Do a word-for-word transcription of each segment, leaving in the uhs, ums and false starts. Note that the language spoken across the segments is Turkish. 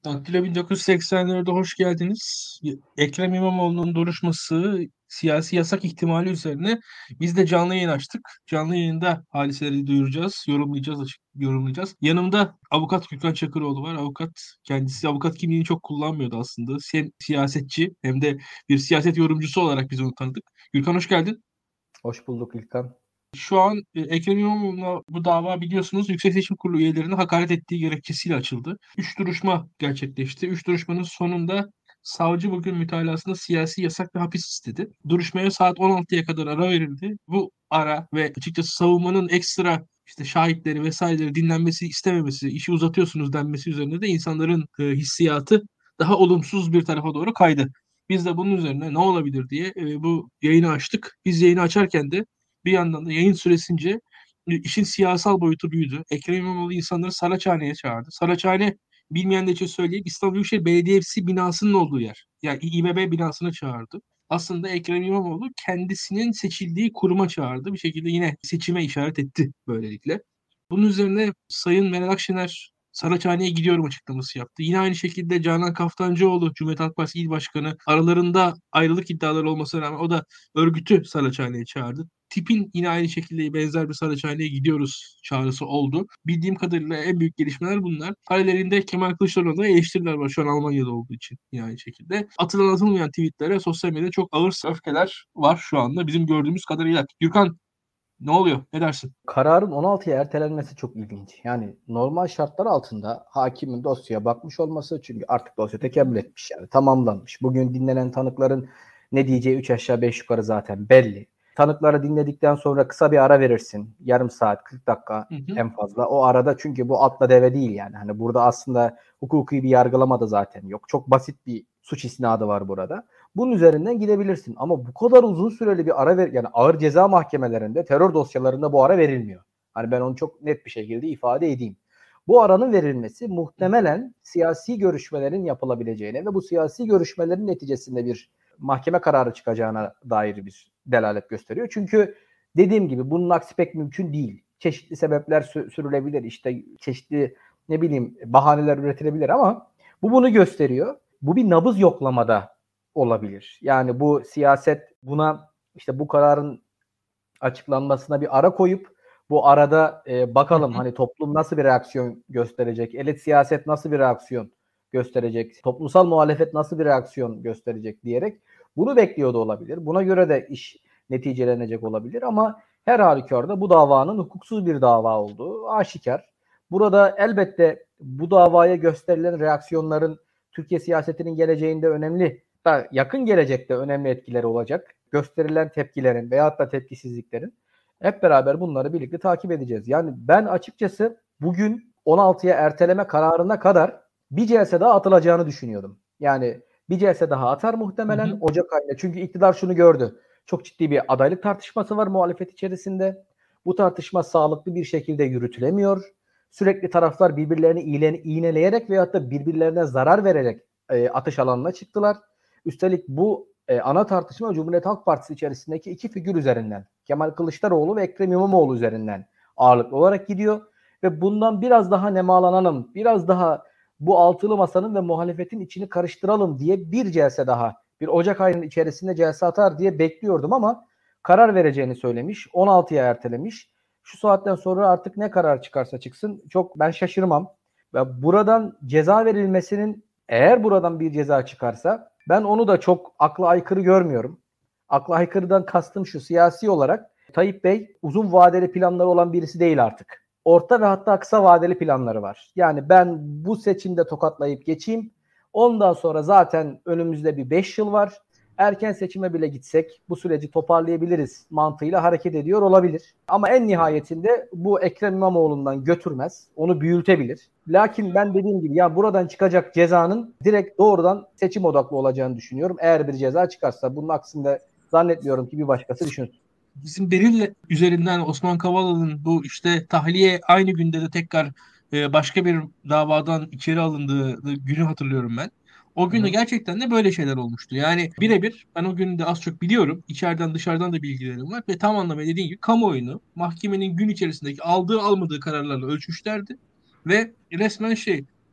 Daktilo bin dokuz yüz seksen dörde hoş geldiniz. Ekrem İmamoğlu'nun duruşması siyasi yasak ihtimali üzerine biz de canlı yayın açtık. Canlı yayında hadiseleri duyuracağız, yorumlayacağız, açık yorumlayacağız. Yanımda avukat Gürkan Çakıroğlu var. Avukat kendisi avukat kimliğini çok kullanmıyordu aslında. Hem siyasetçi hem de bir siyaset yorumcusu olarak biz onu tanıdık. Gürkan hoş geldin. Hoş bulduk İlkan. Şu an e, Ekrem İmamoğlu'na bu dava biliyorsunuz Yüksek Seçim Kurulu üyelerine hakaret ettiği gerekçesiyle açıldı. Üç duruşma gerçekleşti. Üç duruşmanın sonunda savcı bugün mütalasında siyasi yasak ve hapis istedi. Duruşmaya saat on altıya kadar ara verildi. Bu ara ve açıkçası savunmanın ekstra işte şahitleri vesaireleri dinlenmesi istememesi, işi uzatıyorsunuz denmesi üzerine de insanların e, hissiyatı daha olumsuz bir tarafa doğru kaydı. Biz de bunun üzerine ne olabilir diye e, bu yayını açtık. Biz yayını açarken de bir yandan da yayın süresince e, işin siyasal boyutu büyüdü. Ekrem İmamoğlu insanları Saraçhane'ye çağırdı. Saraçhane bilmeyenler için söyleyeyim İstanbul Büyükşehir Belediyesi binasının olduğu yer. Yani İBB binasına çağırdı. Aslında Ekrem İmamoğlu kendisinin seçildiği kuruma çağırdı. Bir şekilde yine seçime işaret etti böylelikle. Bunun üzerine Sayın Meral Akşener Saraçhane'ye gidiyorum açıklaması yaptı. Yine aynı şekilde Canan Kaftancıoğlu, Cumhuriyet Halk Partisi İl Başkanı, aralarında ayrılık iddiaları olmasına rağmen o da örgütü Saraçhane'ye çağırdı. Tip'in yine aynı şekilde benzer bir Saraçhane'ye gidiyoruz çağrısı oldu. Bildiğim kadarıyla en büyük gelişmeler bunlar. Paralelinde Kemal Kılıçdaroğlu'na eleştiriler var şu an Almanya'da olduğu için yine aynı şekilde. Atılan atılmayan tweetlere sosyal medyada çok ağır öfkeler var şu anda bizim gördüğümüz kadarıyla. Gürkan ne oluyor? Ne dersin? Kararın on altıya ertelenmesi çok ilginç. Yani normal şartlar altında hakimin dosyaya bakmış olması, çünkü artık dosya tekemmül etmiş, yani tamamlanmış. Bugün dinlenen tanıkların ne diyeceği üç aşağı beş yukarı zaten belli. Tanıkları dinledikten sonra kısa bir ara verirsin. Yarım saat, kırk dakika Hı hı. en fazla. O arada, çünkü bu atla deve değil yani. Hani burada aslında hukuki bir yargılama da zaten yok. Çok basit bir suç isnadı var burada. Bunun üzerinden gidebilirsin. Ama bu kadar uzun süreli bir ara ver, yani ağır ceza mahkemelerinde, terör dosyalarında bu ara verilmiyor. Hani ben onu çok net bir şekilde ifade edeyim. Bu aranın verilmesi muhtemelen siyasi görüşmelerin yapılabileceğine ve bu siyasi görüşmelerin neticesinde bir mahkeme kararı çıkacağına dair bir delalet gösteriyor. Çünkü dediğim gibi bunun aksi pek mümkün değil. Çeşitli sebepler sürülebilir. İşte çeşitli ne bileyim bahaneler üretilebilir ama bu bunu gösteriyor. Bu bir nabız yoklamada olabilir. Yani bu siyaset buna, işte bu kararın açıklanmasına bir ara koyup bu arada e, Hı bakalım hı. hani toplum nasıl bir reaksiyon gösterecek, elit siyaset nasıl bir reaksiyon gösterecek, toplumsal muhalefet nasıl bir reaksiyon gösterecek diyerek bunu bekliyor da olabilir. Buna göre de iş neticelenecek olabilir ama her halükarda bu davanın hukuksuz bir dava olduğu aşikar. Burada elbette bu davaya gösterilen reaksiyonların Türkiye siyasetinin geleceğinde önemli, da yakın gelecekte önemli etkileri olacak. Gösterilen tepkilerin veyahut da tepkisizliklerin hep beraber bunları birlikte takip edeceğiz. Yani ben açıkçası bugün on altıya erteleme kararına kadar bir celse daha atılacağını düşünüyordum. Yani bir celse daha atar Hı muhtemelen hı. Ocak ayında. Çünkü iktidar şunu gördü. Çok ciddi bir adaylık tartışması var muhalefet içerisinde. Bu tartışma sağlıklı bir şekilde yürütülemiyor. Sürekli taraflar birbirlerini iğneleyerek veyahut da birbirlerine zarar vererek e, atış alanına çıktılar. Üstelik bu e, ana tartışma Cumhuriyet Halk Partisi içerisindeki iki figür üzerinden, Kemal Kılıçdaroğlu ve Ekrem İmamoğlu üzerinden ağırlıklı olarak gidiyor. Ve bundan biraz daha nemalanalım, biraz daha bu altılı masanın ve muhalefetin içini karıştıralım diye bir celse daha, bir Ocak ayının içerisinde celse atar diye bekliyordum ama karar vereceğini söylemiş, on altıya ertelemiş. Şu saatten sonra artık ne karar çıkarsa çıksın çok ben şaşırmam. Ve buradan ceza verilmesinin, eğer buradan bir ceza çıkarsa, ben onu da çok akla aykırı görmüyorum. Akla aykırıdan kastım şu: siyasi olarak Tayyip Bey uzun vadeli planları olan birisi değil artık. Orta ve hatta kısa vadeli planları var. Yani ben bu seçimde tokatlayıp geçeyim. Ondan sonra zaten önümüzde bir beş yıl var. Erken seçime bile gitsek bu süreci toparlayabiliriz mantığıyla hareket ediyor olabilir. Ama en nihayetinde bu Ekrem İmamoğlu'ndan götürmez. Onu büyütebilir. Lakin ben dediğim gibi ya buradan çıkacak cezanın direkt doğrudan seçim odaklı olacağını düşünüyorum. Eğer bir ceza çıkarsa, bunun aksinde zannetmiyorum ki bir başkası düşünsün. Bizim Beril üzerinden Osman Kavala'nın bu işte tahliye aynı günde de tekrar e, başka bir davadan içeri alındığı günü hatırlıyorum ben. O Hı günde hı. gerçekten de böyle şeyler olmuştu. Yani birebir ben o günü de az çok biliyorum. İçeriden dışarıdan da bilgilerim var ve tam anlamıyla dediğim gibi kamuoyunu mahkemenin gün içerisindeki aldığı almadığı kararlarla ölçmüşlerdi. Ve resmen şey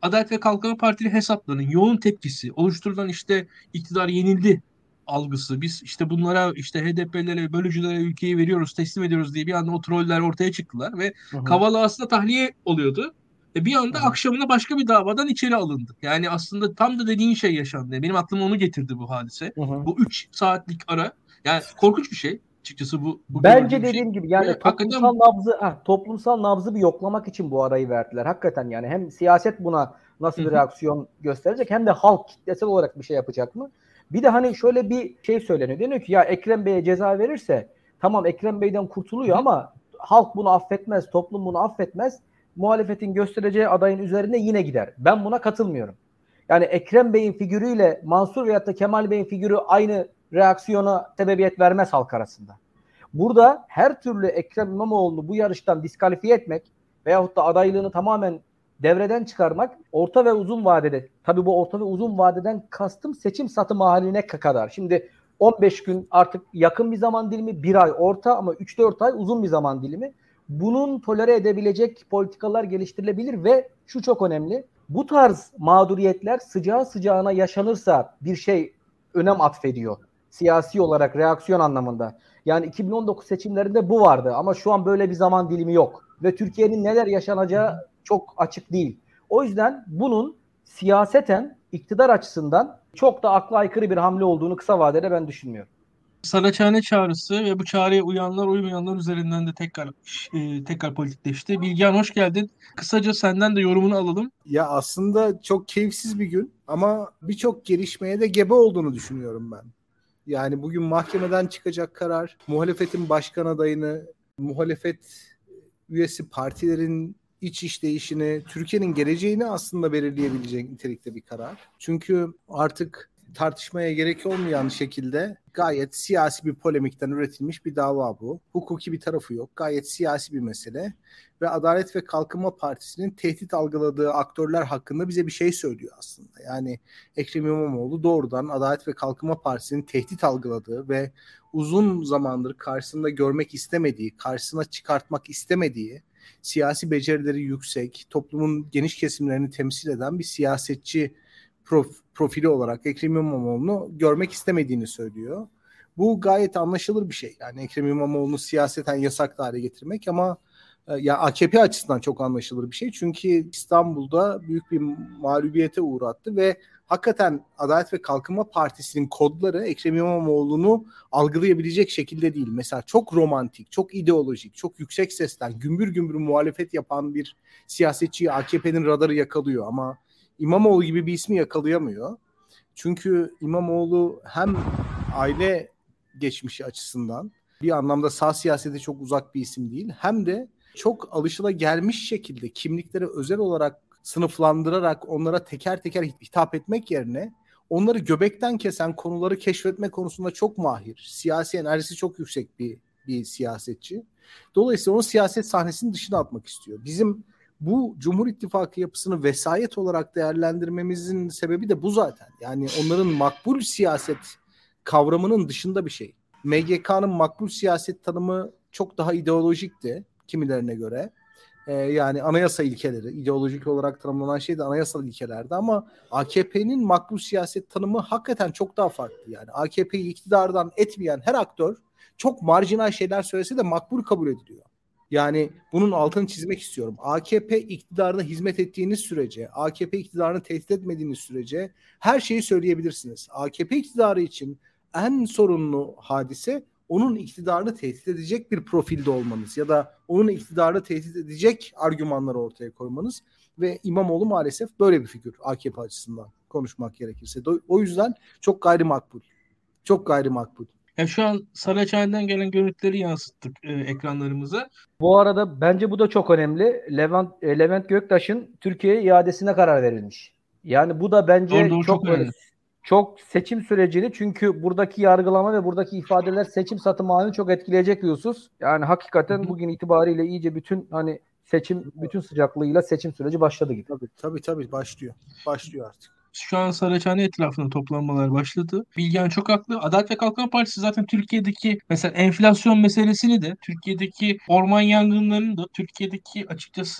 Adalet ve Kalkınma Partili hesaplarının yoğun tepkisi, oluşturulan işte iktidar yenildi algısı, biz işte bunlara işte H D P'lere, bölücülere ülkeyi veriyoruz, teslim ediyoruz diye bir anda o troller ortaya çıktılar ve Hı hı. Kavala aslında tahliye oluyordu. Ve bir Hı anda hı. akşamına başka bir davadan içeri alındı. Yani aslında tam da dediğin şey yaşandı. Benim aklıma onu getirdi bu hadise. Hı hı. Bu üç saatlik ara. Yani korkunç bir şey. Açıkçası bu, bu Bence gördüğüm şey. dediğim gibi yani Ve hakikaten toplumsal nabzı ha, toplumsal nabzı bir yoklamak için bu arayı verdiler. Hakikaten yani hem siyaset buna hı nasıl bir hı, reaksiyon gösterecek hem de halk kitlesel olarak bir şey yapacak mı? Bir de hani şöyle bir şey söyleniyor. Deniyor ki ya Ekrem Bey'e ceza verirse tamam Ekrem Bey'den hı kurtuluyor hı. ama halk bunu affetmez, toplum bunu affetmez. Muhalefetin göstereceği adayın üzerine yine gider. Ben buna katılmıyorum. Yani Ekrem Bey'in figürüyle Mansur veyahut da Kemal Bey'in figürü aynı reaksiyona sebebiyet vermez halk arasında. Burada her türlü Ekrem İmamoğlu'nu bu yarıştan diskalifiye etmek veyahut da adaylığını tamamen devreden çıkarmak orta ve uzun vadede, tabii bu orta ve uzun vadeden kastım seçim satımı haline kadar. Şimdi on beş gün artık yakın bir zaman dilimi, bir ay orta ama üç dört ay uzun bir zaman dilimi. Bunun tolere edebilecek politikalar geliştirilebilir ve şu çok önemli. Bu tarz mağduriyetler sıcağı sıcağına yaşanırsa bir şey önem atfediyor. Siyasi olarak reaksiyon anlamında. Yani iki bin on dokuz seçimlerinde bu vardı ama şu an böyle bir zaman dilimi yok. Ve Türkiye'nin neler Hı hı. yaşanacağı çok açık değil. O yüzden bunun siyaseten iktidar açısından çok da akla aykırı bir hamle olduğunu kısa vadede ben düşünmüyorum. Saraçhane çağrısı ve bu çağrıya uyanlar uymayanlar üzerinden de tekrar e, tekrar politikleşti. Bilgehan hoş geldin. Kısaca senden de yorumunu alalım. Ya aslında çok keyifsiz bir gün ama birçok gelişmeye de gebe olduğunu düşünüyorum ben. Yani bugün mahkemeden çıkacak karar, muhalefetin başkan adayını, muhalefet üyesi partilerin iç işleyişini, Türkiye'nin geleceğini aslında belirleyebilecek nitelikte bir karar. Çünkü artık tartışmaya gerek olmayan şekilde gayet siyasi bir polemikten üretilmiş bir dava bu. Hukuki bir tarafı yok. Gayet siyasi bir mesele. Ve Adalet ve Kalkınma Partisi'nin tehdit algıladığı aktörler hakkında bize bir şey söylüyor aslında. Yani Ekrem İmamoğlu doğrudan Adalet ve Kalkınma Partisi'nin tehdit algıladığı ve uzun zamandır karşısında görmek istemediği, karşısına çıkartmak istemediği, siyasi becerileri yüksek, toplumun geniş kesimlerini temsil eden bir siyasetçi prof, profili olarak Ekrem İmamoğlu'nu görmek istemediğini söylüyor. Bu gayet anlaşılır bir şey. Yani Ekrem İmamoğlu'nu siyaseten yasaklı hale getirmek ama ya A K P açısından çok anlaşılır bir şey. Çünkü İstanbul'da büyük bir mağlubiyete uğrattı ve hakikaten Adalet ve Kalkınma Partisi'nin kodları Ekrem İmamoğlu'nu algılayabilecek şekilde değil. Mesela çok romantik, çok ideolojik, çok yüksek sesten gümbür gümbür muhalefet yapan bir siyasetçiyi A K P'nin radarı yakalıyor ama İmamoğlu gibi bir ismi yakalayamıyor. Çünkü İmamoğlu hem aile geçmişi açısından bir anlamda sağ siyasete çok uzak bir isim değil. Hem de çok alışılagelmiş şekilde kimlikleri özel olarak sınıflandırarak onlara teker teker hitap etmek yerine onları göbekten kesen konuları keşfetme konusunda çok mahir. Siyasi enerjisi çok yüksek bir bir siyasetçi. Dolayısıyla onu siyaset sahnesinin dışına atmak istiyor. Bizim bu Cumhur İttifakı yapısını vesayet olarak değerlendirmemizin sebebi de bu zaten. Yani onların makbul siyaset kavramının dışında bir şey. M G K'nın makbul siyaset tanımı çok daha ideolojikti kimilerine göre. Ee, yani anayasa ilkeleri, ideolojik olarak tanımlanan şey de anayasal ilkelerdi ama A K P'nin makbul siyaset tanımı hakikaten çok daha farklı. Yani A K P'yi iktidardan etmeyen her aktör çok marjinal şeyler söylese de makbul kabul ediliyor. Yani bunun altını çizmek istiyorum. A K P iktidarına hizmet ettiğiniz sürece, A K P iktidarını tehdit etmediğiniz sürece her şeyi söyleyebilirsiniz. A K P iktidarı için en sorunlu hadise onun iktidarını tehdit edecek bir profilde olmanız ya da onun iktidarını tehdit edecek argümanları ortaya koymanız ve İmamoğlu maalesef böyle bir figür A K P açısından konuşmak gerekirse. O yüzden çok gayrimakbul. Çok gayrimakbul. Ya şu an Saraçhane'den gelen görüntüleri yansıttık e, ekranlarımıza. Bu arada bence bu da çok önemli. Levent, e, Levent Göktaş'ın Türkiye'ye iadesine karar verilmiş. Yani bu da Doğru bence doğru, çok çok böyle önemli. çok seçim sürecini çünkü buradaki yargılama ve buradaki ifadeler seçim satım halini çok etkileyecek bir husus. Yani Hı hakikaten hı. bugün itibariyle iyice bütün hani seçim bütün sıcaklığıyla seçim süreci başladı gibi. Tabii tabii tabii başlıyor. Başlıyor artık. Şu an Saraçhane etrafında toplanmalar başladı. Bilgehan çok haklı. Adalet ve Kalkınma Partisi zaten Türkiye'deki mesela enflasyon meselesini de, Türkiye'deki orman yangınlarını da, Türkiye'deki açıkçası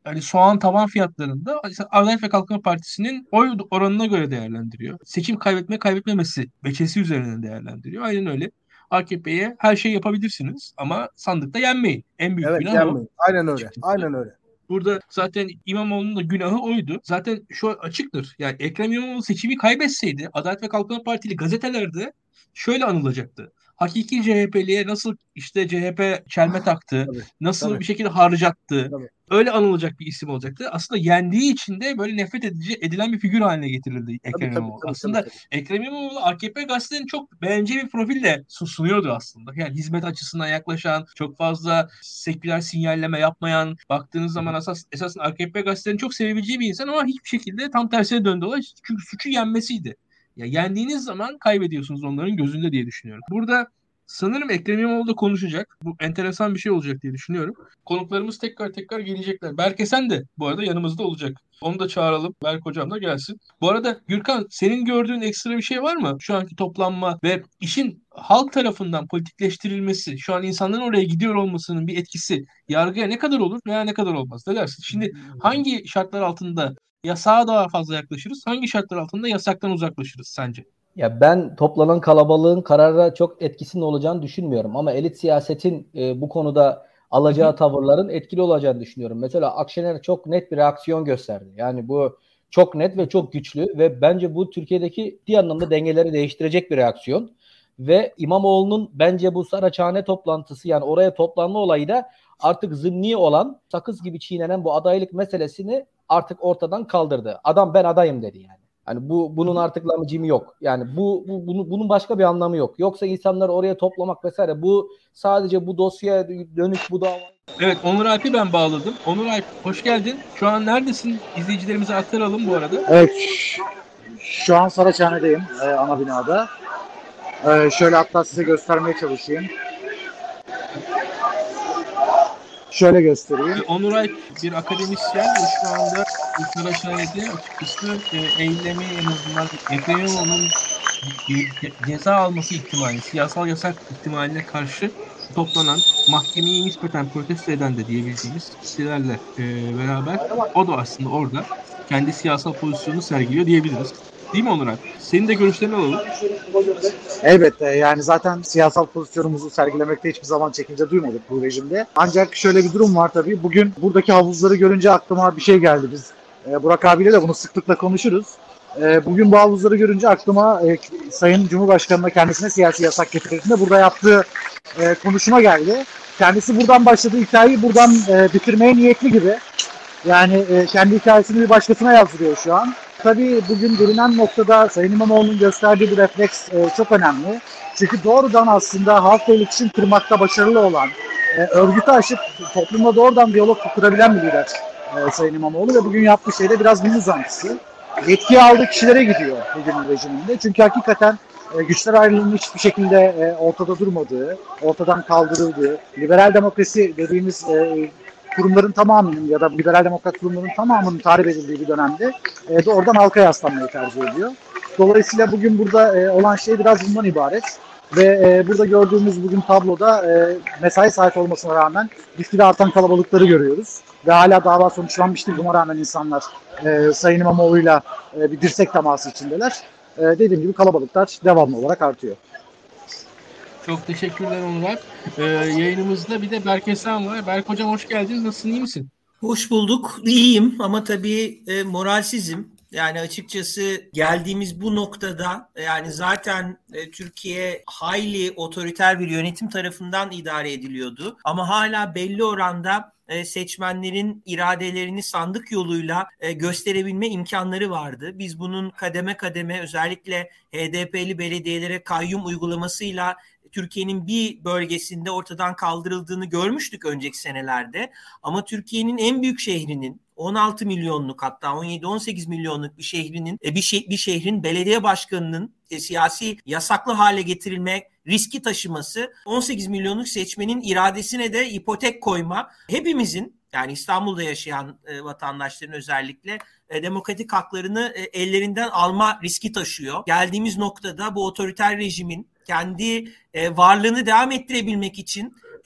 hani soğan tavan fiyatlarında Adalet ve Kalkınma Partisi'nin oy oranına göre değerlendiriyor. Seçim kaybetme kaybetmemesi veçesi üzerinden değerlendiriyor. Aynen öyle. A K P'ye her şey yapabilirsiniz ama sandıkta yenmeyin. En büyük Evet, günah o. yenmeyin. Aynen öyle. Açıkçası. Aynen öyle. Burada zaten İmamoğlu'nun da günahı oydu. Zaten şu açıktır. Yani Ekrem İmamoğlu seçimi kaybetseydi Adalet ve Kalkınma Partili gazetelerde şöyle anılacaktı. Hakiki C H P'liye nasıl işte C H P çelme taktı, Tabii. nasıl Tabii. bir şekilde harcattı. Tabii. Öyle anılacak bir isim olacaktı. Aslında yendiği için de böyle nefret edici edilen bir figür haline getirildi Tabii Ekrem tabii İmamoğlu. tabii tabii. Aslında tabii. Ekrem İmamoğlu A K P gazetenin çok beğeneceği bir profille sunuyordu aslında. Yani hizmet açısından yaklaşan, çok fazla seküler sinyalleme yapmayan, baktığınız zaman esas, esasen A K P gazetenin çok sevebileceği bir insan ama hiçbir şekilde tam tersine döndü olay. Çünkü suçu yenmesiydi. Ya yendiğiniz zaman kaybediyorsunuz onların gözünde diye düşünüyorum. Burada sanırım Ekrem İmamoğlu da konuşacak. Bu enteresan bir şey olacak diye düşünüyorum. Konuklarımız tekrar tekrar gelecekler. Berke sen de bu arada yanımızda olacak. Onu da çağıralım. Berk hocam da gelsin. Bu arada Gürkan senin gördüğün ekstra bir şey var mı? Şu anki toplanma ve işin halk tarafından politikleştirilmesi, şu an insanların oraya gidiyor olmasının bir etkisi yargıya ne kadar olur veya ne kadar olmaz? Ne dersin? Şimdi hangi şartlar altında yasağa daha fazla yaklaşırız? Hangi şartlar altında yasaktan uzaklaşırız sence? Ya ben toplanan kalabalığın karara çok etkisinin olacağını düşünmüyorum. Ama elit siyasetin e, bu konuda Hı hı. alacağı tavırların etkili olacağını düşünüyorum. Mesela Akşener çok net bir reaksiyon gösterdi. Yani bu çok net ve çok güçlü ve bence bu Türkiye'deki ciddi anlamda dengeleri değiştirecek bir reaksiyon. Ve İmamoğlu'nun bence bu Saraçhane toplantısı, yani oraya toplanma olayı da artık zımni olan, sakız gibi çiğnenen bu adaylık meselesini artık ortadan kaldırdı. Adam ben adayım dedi yani. Yani bu bunun artık lamıcımı yok. Yani bu, bu bunu, bunun başka bir anlamı yok. Yoksa insanları oraya toplamak vesaire, bu sadece bu dosyaya dönük bu dava. Evet, Onur Alp'i ben bağladım. Onur Alp hoş geldin. Şu an neredesin? İzleyicilerimize aktaralım bu arada. Evet, şu an Saraçhane'deyim, e, ana binada. E, şöyle hatta size göstermeye çalışayım. Şöyle göstereyim. E, Onur Alp bir akademisyen ve şu anda Saraçhane'de açıkçası e, eylemi en azından Ekrem İmamoğlu'nun ce- ceza alması ihtimali, siyasal yasak ihtimaline karşı toplanan, mahkemeyi nispeten protesto eden de diyebileceğimiz kişilerle e, beraber o da aslında orada kendi siyasal pozisyonunu sergiliyor diyebiliriz. Değil mi Onur Alp? Senin de görüşlerini alalım. Elbette yani zaten siyasal pozisyonumuzu sergilemekte hiçbir zaman çekince duymadık bu rejimde. Ancak şöyle bir durum var tabii. Bugün buradaki havuzları görünce aklıma bir şey geldi. Biz e, Burak abiyle de bunu sıklıkla konuşuruz. E, bugün bu havuzları görünce aklıma e, Sayın Cumhurbaşkanı'na kendisine siyasi yasak getirdiğinde burada yaptığı e, konuşma geldi. Kendisi buradan başladığı hikayeyi buradan e, bitirmeye niyetli gibi. Yani e, kendi hikayesini bir başkasına yazdırıyor şu an. Tabii bugün görünen noktada Sayın İmamoğlu'nun gösterdiği bir refleks e, çok önemli. Çünkü doğrudan aslında halkla iletişim kurmakta başarılı olan, e, örgütü aşıp toplumla doğrudan diyalog kurabilen bir lider e, Sayın İmamoğlu ve bugün yaptığı şey de biraz bunun uzantısı. Yetkiyi aldığı kişilere gidiyor bugün rejiminde. Çünkü hakikaten e, güçler ayrılığının hiçbir şekilde e, ortada durmadığı, ortadan kaldırıldığı, liberal demokrasi dediğimiz e, kurumların tamamının ya da liberal demokrat kurumların tamamının tahrip edildiği bir dönemde e, doğrudan halka yaslanmayı tercih ediyor. Dolayısıyla bugün burada e, olan şey biraz bundan ibaret. Ve e, burada gördüğümüz bugün tabloda e, mesai saati olmasına rağmen gitgide artan kalabalıkları görüyoruz. Ve hala dava sonuçlanmış değil. Buna rağmen insanlar e, Sayın İmamoğlu'yla e, bir dirsek teması içindeler. E, dediğim gibi kalabalıklar devamlı olarak artıyor. Çok teşekkürler Onur Alp. Ee, yayınımızda bir de Berk Esen var. Berk hocam hoş geldin. Nasılsın, iyi misin? Hoş bulduk. İyiyim ama tabii e, moralsizim. Yani açıkçası geldiğimiz bu noktada yani zaten e, Türkiye hayli otoriter bir yönetim tarafından idare ediliyordu. Ama hala belli oranda e, seçmenlerin iradelerini sandık yoluyla e, gösterebilme imkanları vardı. Biz bunun kademe kademe özellikle H D P'li belediyelere kayyum uygulamasıyla Türkiye'nin bir bölgesinde ortadan kaldırıldığını görmüştük önceki senelerde. Ama Türkiye'nin en büyük şehrinin on altı milyonluk hatta on yedi on sekiz milyonluk bir şehrinin bir, şey, bir şehrin belediye başkanının e, siyasi yasaklı hale getirilme riski taşıması, on sekiz milyonluk seçmenin iradesine de ipotek koyma, hepimizin yani İstanbul'da yaşayan e, vatandaşların özellikle e, demokratik haklarını e, ellerinden alma riski taşıyor. Geldiğimiz noktada bu otoriter rejimin kendi e, varlığını devam ettirebilmek için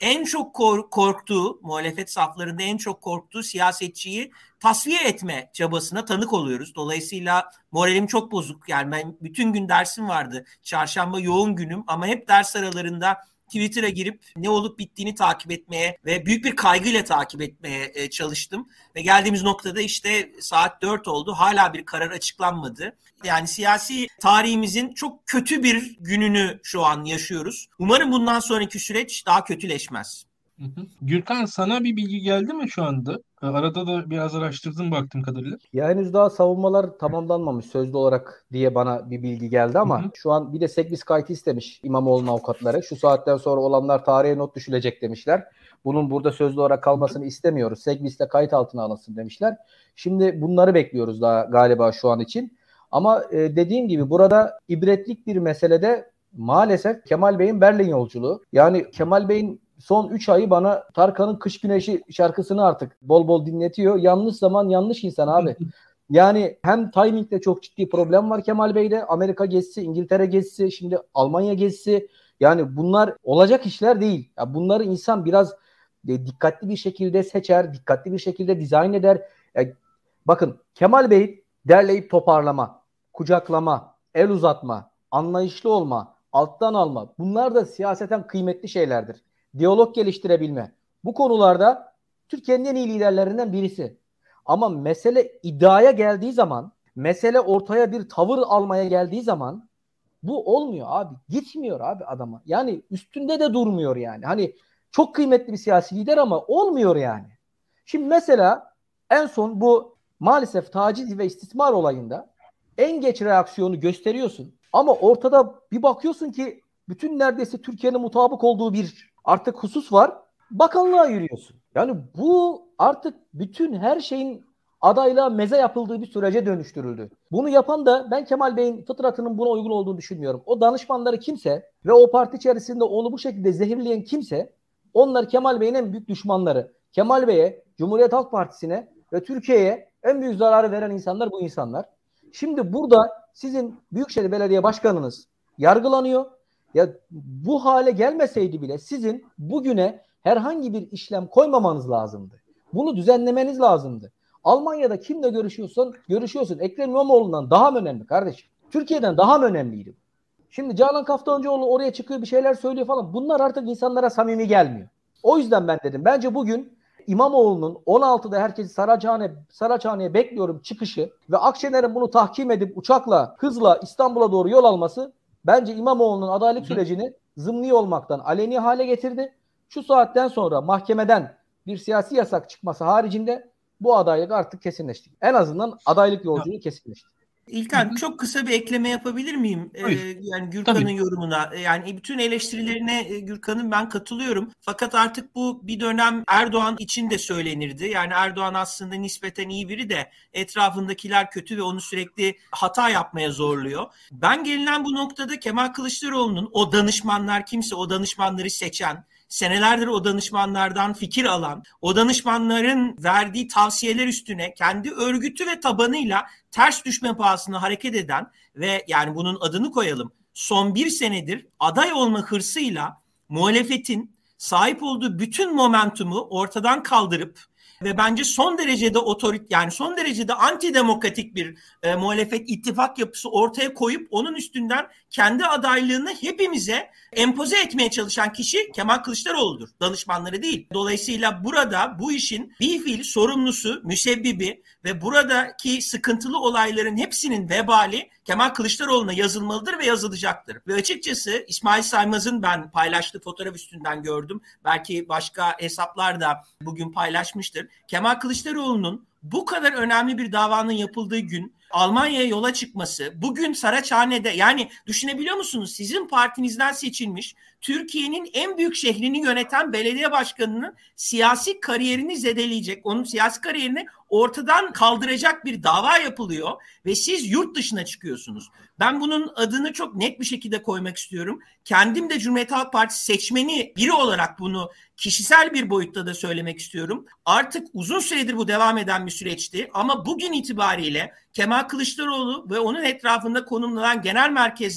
en çok kor- korktuğu, muhalefet saflarında en çok korktuğu siyasetçiyi tasfiye etme çabasına tanık oluyoruz. Dolayısıyla moralim çok bozuk. Yani ben bütün gün dersim vardı. Çarşamba yoğun günüm ama hep ders aralarında Twitter'a girip ne olup bittiğini takip etmeye ve büyük bir kaygıyla takip etmeye çalıştım. Ve geldiğimiz noktada işte saat dört oldu. Hala bir karar açıklanmadı. Yani siyasi tarihimizin çok kötü bir gününü şu an yaşıyoruz. Umarım bundan sonraki süreç daha kötüleşmez. Hı hı. Gürkan, sana bir bilgi geldi mi şu anda? Arada da biraz araştırdım baktığım kadarıyla. Ya henüz daha savunmalar tamamlanmamış sözlü olarak diye bana bir bilgi geldi ama Hı hı. şu an bir de Segvis kayıtı istemiş İmamoğlu'nun avukatları. Şu saatten sonra olanlar tarihe not düşülecek demişler. Bunun burada sözlü olarak kalmasını istemiyoruz. Segvis'le kayıt altına alınsın demişler. Şimdi bunları bekliyoruz daha galiba şu an için. Ama e, dediğim gibi burada ibretlik bir meselede maalesef Kemal Bey'in Berlin yolculuğu. Yani Kemal Bey'in son üç ayı bana Tarkan'ın Kış Güneşi şarkısını artık bol bol dinletiyor. Yanlış zaman yanlış insan abi. Yani hem timing'de çok ciddi problem var Kemal Bey'de. Amerika gezisi, İngiltere gezisi, şimdi Almanya gezisi. Yani bunlar olacak işler değil. Ya bunları insan biraz e, dikkatli bir şekilde seçer, dikkatli bir şekilde dizayn eder. Ya, bakın Kemal Bey derleyip toparlama, kucaklama, el uzatma, anlayışlı olma, alttan alma. Bunlar da siyaseten kıymetli şeylerdir. Diyalog geliştirebilme. Bu konularda Türkiye'nin en iyi liderlerinden birisi. Ama mesele iddiaya geldiği zaman, mesele ortaya bir tavır almaya geldiği zaman bu olmuyor abi. Gitmiyor abi adama. Yani üstünde de durmuyor yani. Hani çok kıymetli bir siyasi lider ama olmuyor yani. Şimdi mesela en son bu maalesef taciz ve istismar olayında en geç reaksiyonu gösteriyorsun. Ama ortada bir bakıyorsun ki bütün neredeyse Türkiye'nin mutabık olduğu bir artık husus var. Bakanlığa yürüyorsun. Yani bu artık bütün her şeyin adaylığa meze yapıldığı bir sürece dönüştürüldü. Bunu yapan da ben Kemal Bey'in fıtratının buna uygun olduğunu düşünmüyorum. O danışmanları kimse ve o parti içerisinde onu bu şekilde zehirleyen kimse, onlar Kemal Bey'in en büyük düşmanları. Kemal Bey'e, Cumhuriyet Halk Partisi'ne ve Türkiye'ye en büyük zararı veren insanlar bu insanlar. Şimdi burada sizin Büyükşehir Belediye Başkanınız yargılanıyor. Ya bu hale gelmeseydi bile sizin bugüne herhangi bir işlem koymamanız lazımdı. Bunu düzenlemeniz lazımdı. Almanya'da kimle görüşüyorsun? Görüşüyorsun. Ekrem İmamoğlu'ndan daha mı önemli kardeşim? Türkiye'den daha mı önemliydi? Şimdi Canan Kaftancıoğlu oraya çıkıyor, bir şeyler söylüyor falan. Bunlar artık insanlara samimi gelmiyor. O yüzden ben dedim. Bence bugün İmamoğlu'nun on altıda herkesi Saraçhane, Saraçhane'ye bekliyorum çıkışı ve Akşener'in bunu tahkim edip uçakla, hızla İstanbul'a doğru yol alması bence İmamoğlu'nun adaylık sürecini zımni olmaktan aleni hale getirdi. Şu saatten sonra mahkemeden bir siyasi yasak çıkması haricinde bu adaylık artık kesinleşti. En azından adaylık yolculuğu kesinleşti. İlkan, çok kısa bir ekleme yapabilir miyim? Ee, yani Gürkan'ın Tabii. yorumuna. Yani bütün eleştirilerine Gürkan'ın ben katılıyorum. Fakat artık bu bir dönem Erdoğan için de söylenirdi. Yani Erdoğan aslında nispeten iyi biri de etrafındakiler kötü ve onu sürekli hata yapmaya zorluyor. Ben gelinen bu noktada Kemal Kılıçdaroğlu'nun o danışmanlar kimse o danışmanları seçen, senelerdir o danışmanlardan fikir alan, o danışmanların verdiği tavsiyeler üstüne kendi örgütü ve tabanıyla ters düşme pahasına hareket eden ve yani bunun adını koyalım, son bir senedir aday olma hırsıyla muhalefetin sahip olduğu bütün momentumu ortadan kaldırıp ve bence son derecede otorit yani son derecede antidemokratik bir e, muhalefet ittifak yapısı ortaya koyup onun üstünden kendi adaylığını hepimize empoze etmeye çalışan kişi Kemal Kılıçdaroğlu'dur. Danışmanları değil. Dolayısıyla burada bu işin bir fiil sorumlusu, müsebbibi ve buradaki sıkıntılı olayların hepsinin vebali Kemal Kılıçdaroğlu'na yazılmalıdır ve yazılacaktır. Ve açıkçası İsmail Saymaz'ın ben paylaştığı fotoğraf üstünden gördüm. Belki başka hesaplar da bugün paylaşmıştır. Kemal Kılıçdaroğlu'nun bu kadar önemli bir davanın yapıldığı gün Almanya'ya yola çıkması, bugün Saraçhane'de yani düşünebiliyor musunuz? Sizin partinizden seçilmiş Türkiye'nin en büyük şehrini yöneten belediye başkanının siyasi kariyerini zedeleyecek, onun siyasi kariyerini ortadan kaldıracak bir dava yapılıyor ve siz yurt dışına çıkıyorsunuz. Ben bunun adını çok net bir şekilde koymak istiyorum. Kendim de Cumhuriyet Halk Partisi seçmeni biri olarak bunu kişisel bir boyutta da söylemek istiyorum. Artık uzun süredir bu devam eden bir süreçti ama bugün itibariyle Kemal Kılıçdaroğlu ve onun etrafında konumlanan genel merkezde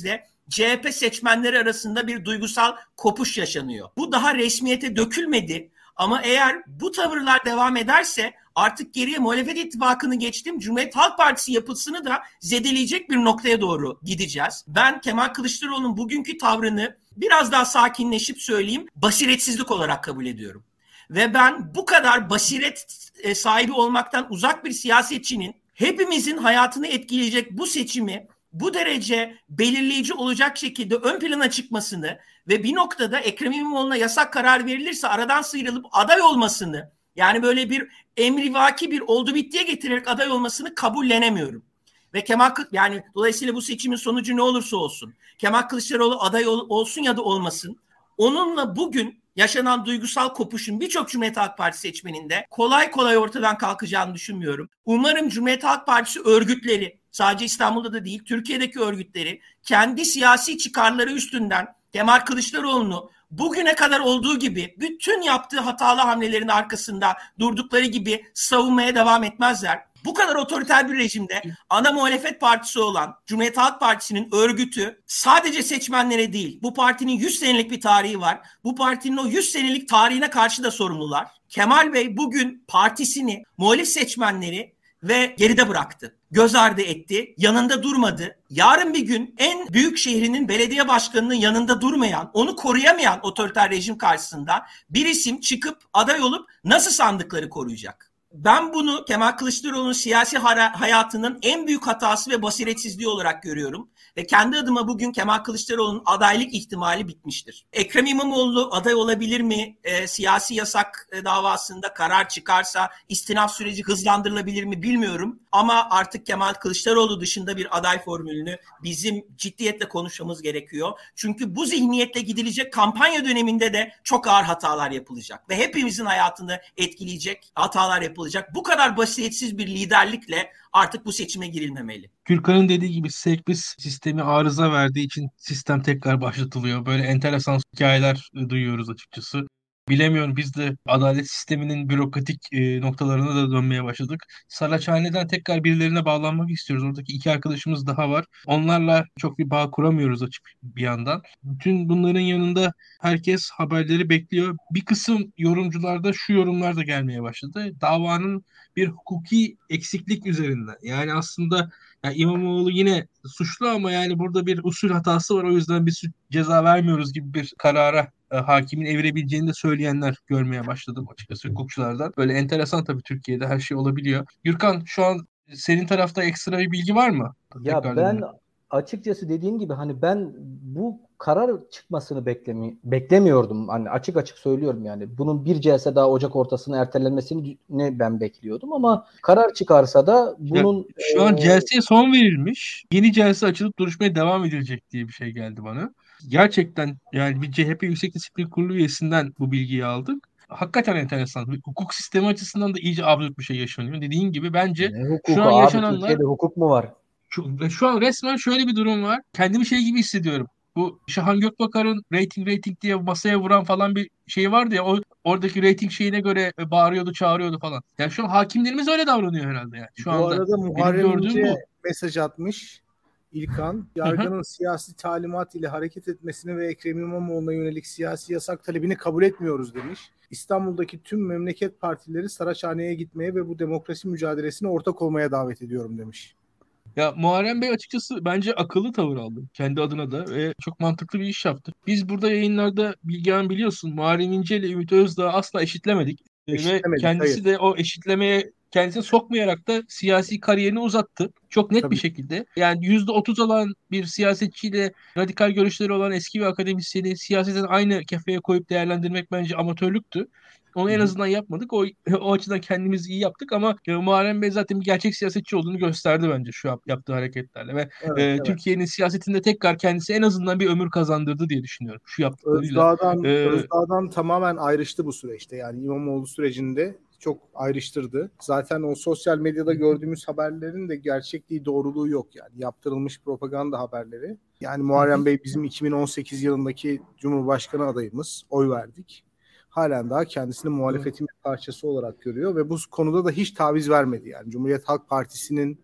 C H P seçmenleri arasında bir duygusal kopuş yaşanıyor. Bu daha resmiyete dökülmedi ama eğer bu tavırlar devam ederse artık geriye muhalefet ittifakını geçtim, Cumhuriyet Halk Partisi yapısını da zedeleyecek bir noktaya doğru gideceğiz. Ben Kemal Kılıçdaroğlu'nun bugünkü tavrını biraz daha sakinleşip söyleyeyim, basiretsizlik olarak kabul ediyorum. Ve ben bu kadar basiret sahibi olmaktan uzak bir siyasetçinin hepimizin hayatını etkileyecek bu seçimi bu derece belirleyici olacak şekilde ön plana çıkmasını ve bir noktada Ekrem İmamoğlu'na yasak karar verilirse aradan sıyrılıp aday olmasını, yani böyle bir emrivaki bir oldu bittiye getirerek aday olmasını kabullenemiyorum. Ve Kemal yani dolayısıyla bu seçimin sonucu ne olursa olsun, Kemal Kılıçdaroğlu aday ol, olsun ya da olmasın, onunla bugün yaşanan duygusal kopuşun birçok Cumhuriyet Halk Partisi seçmeninde kolay kolay ortadan kalkacağını düşünmüyorum. Umarım Cumhuriyet Halk Partisi örgütleri, sadece İstanbul'da da değil, Türkiye'deki örgütleri kendi siyasi çıkarları üstünden Kemal Kılıçdaroğlu'nu bugüne kadar olduğu gibi bütün yaptığı hatalı hamlelerin arkasında durdukları gibi savunmaya devam etmezler. Bu kadar otoriter bir rejimde ana muhalefet partisi olan Cumhuriyet Halk Partisi'nin örgütü sadece seçmenlere değil, bu partinin yüz senelik bir tarihi var. Bu partinin o yüz senelik tarihine karşı da sorumlular. Kemal Bey bugün partisini, muhalif seçmenleri ve geride bıraktı. Göz ardı etti, yanında durmadı. Yarın bir gün en büyük şehrinin belediye başkanının yanında durmayan, onu koruyamayan otoriter rejim karşısında bir isim çıkıp aday olup nasıl sandıkları koruyacak? Ben bunu Kemal Kılıçdaroğlu'nun siyasi hayatının en büyük hatası ve basiretsizliği olarak görüyorum. Ve kendi adıma bugün Kemal Kılıçdaroğlu'nun adaylık ihtimali bitmiştir. Ekrem İmamoğlu aday olabilir mi? E, siyasi yasak e, davasında karar çıkarsa istinaf süreci hızlandırılabilir mi bilmiyorum. Ama artık Kemal Kılıçdaroğlu dışında bir aday formülünü bizim ciddiyetle konuşmamız gerekiyor. Çünkü bu zihniyetle gidilecek kampanya döneminde de çok ağır hatalar yapılacak. Ve hepimizin hayatını etkileyecek hatalar yapılacak. Bu kadar basiretsiz bir liderlikle artık bu seçime girilmemeli. Gürkan'ın dediği gibi sekbiz sistemi arıza verdiği için sistem tekrar başlatılıyor. Böyle enteresan hikayeler duyuyoruz açıkçası. Bilemiyorum, biz de adalet sisteminin bürokratik e, noktalarına da dönmeye başladık. Saraçhane'den tekrar birilerine bağlanmak istiyoruz. Oradaki iki arkadaşımız daha var. Onlarla çok bir bağ kuramıyoruz açık bir yandan. Bütün bunların yanında herkes haberleri bekliyor. Bir kısım yorumcularda şu yorumlar da gelmeye başladı. Davanın bir hukuki eksiklik üzerinden. Yani aslında yani İmamoğlu yine suçlu ama yani burada bir usul hatası var. O yüzden bir ceza vermiyoruz gibi bir karara e, hakimin evirebileceğini de söyleyenler görmeye başladım açıkçası hukukçulardan. Böyle enteresan, tabii Türkiye'de her şey olabiliyor. Gürkan, şu an senin tarafta ekstra bir bilgi var mı? Ya Tekrar ben dinle. açıkçası dediğim gibi hani ben bu karar çıkmasını beklemi beklemiyordum. Hani açık açık söylüyorum yani. Bunun bir celse daha Ocak ortasına ertelenmesini ne ben bekliyordum ama karar çıkarsa da bunun Ya, şu an e, celseye son verilmiş. Yeni celse açılıp duruşmaya devam edilecek diye bir şey geldi bana. Gerçekten yani bir C H P Yüksek Disiplin Kurulu üyesinden bu bilgiyi aldık. Hakikaten enteresan. Bir hukuk sistemi açısından da iyice absürt bir şey yaşanıyor. Dediğin gibi bence ne şu hukuku an abi, yaşananlar, Türkiye'de hukuk mu var? şu, ve şu an resmen şöyle bir durum var. Kendimi şey gibi hissediyorum. Bu Şahan Gökbakar'ın rating rating diye masaya vuran falan bir şey vardı ya. O oradaki rating şeyine göre bağırıyordu, çağırıyordu falan. Yani şu an hakimlerimiz öyle davranıyor herhalde yani. Şu Bu anda arada benim Muharrem gördüğüm İnce bu. mesaj atmış. İlkan, yargının siyasi talimat ile hareket etmesini ve Ekrem İmamoğlu'na yönelik siyasi yasak talebini kabul etmiyoruz demiş. İstanbul'daki tüm memleket partileri Saraçhane'ye gitmeye ve bu demokrasi mücadelesine ortak olmaya davet ediyorum demiş. Ya Muharrem Bey açıkçası bence akıllı tavır aldı. Kendi adına da ve çok mantıklı bir iş yaptı. Biz burada yayınlarda, Bilgehan biliyorsun, Muharrem İnce ile Ümit Özdağ'ı asla eşitlemedik. E, Ve Eşitlemedik, kendisi hayır. de o eşitlemeye kendisini sokmayarak da siyasi kariyerini uzattı. Çok net bir Tabii. şekilde. Yani yüzde otuz alan bir siyasetçiyle radikal görüşleri olan eski bir akademisyeni siyaseten aynı kefeye koyup değerlendirmek bence amatörlüktü. Onu en Hı hı. azından yapmadık. O, o açıdan kendimizi iyi yaptık ama e, Muharrem Bey zaten bir gerçek siyasetçi olduğunu gösterdi bence şu yap- yaptığı hareketlerle ve Evet, e, evet. Türkiye'nin siyasetinde tekrar kendisi en azından bir ömür kazandırdı diye düşünüyorum şu yaptıklarıyla. Özdağ'dan, E, Özdağ'dan tamamen ayrıştı bu süreçte. Yani İmamoğlu sürecinde çok ayrıştırdı. Zaten o sosyal medyada gördüğümüz haberlerin de gerçekliği, doğruluğu yok yani. Yaptırılmış propaganda haberleri. Yani Muharrem Bey bizim iki bin on sekiz yılındaki Cumhurbaşkanı adayımız. Oy verdik. Halen daha kendisini muhalefetin bir parçası olarak görüyor ve bu konuda da hiç taviz vermedi. Yani Cumhuriyet Halk Partisi'nin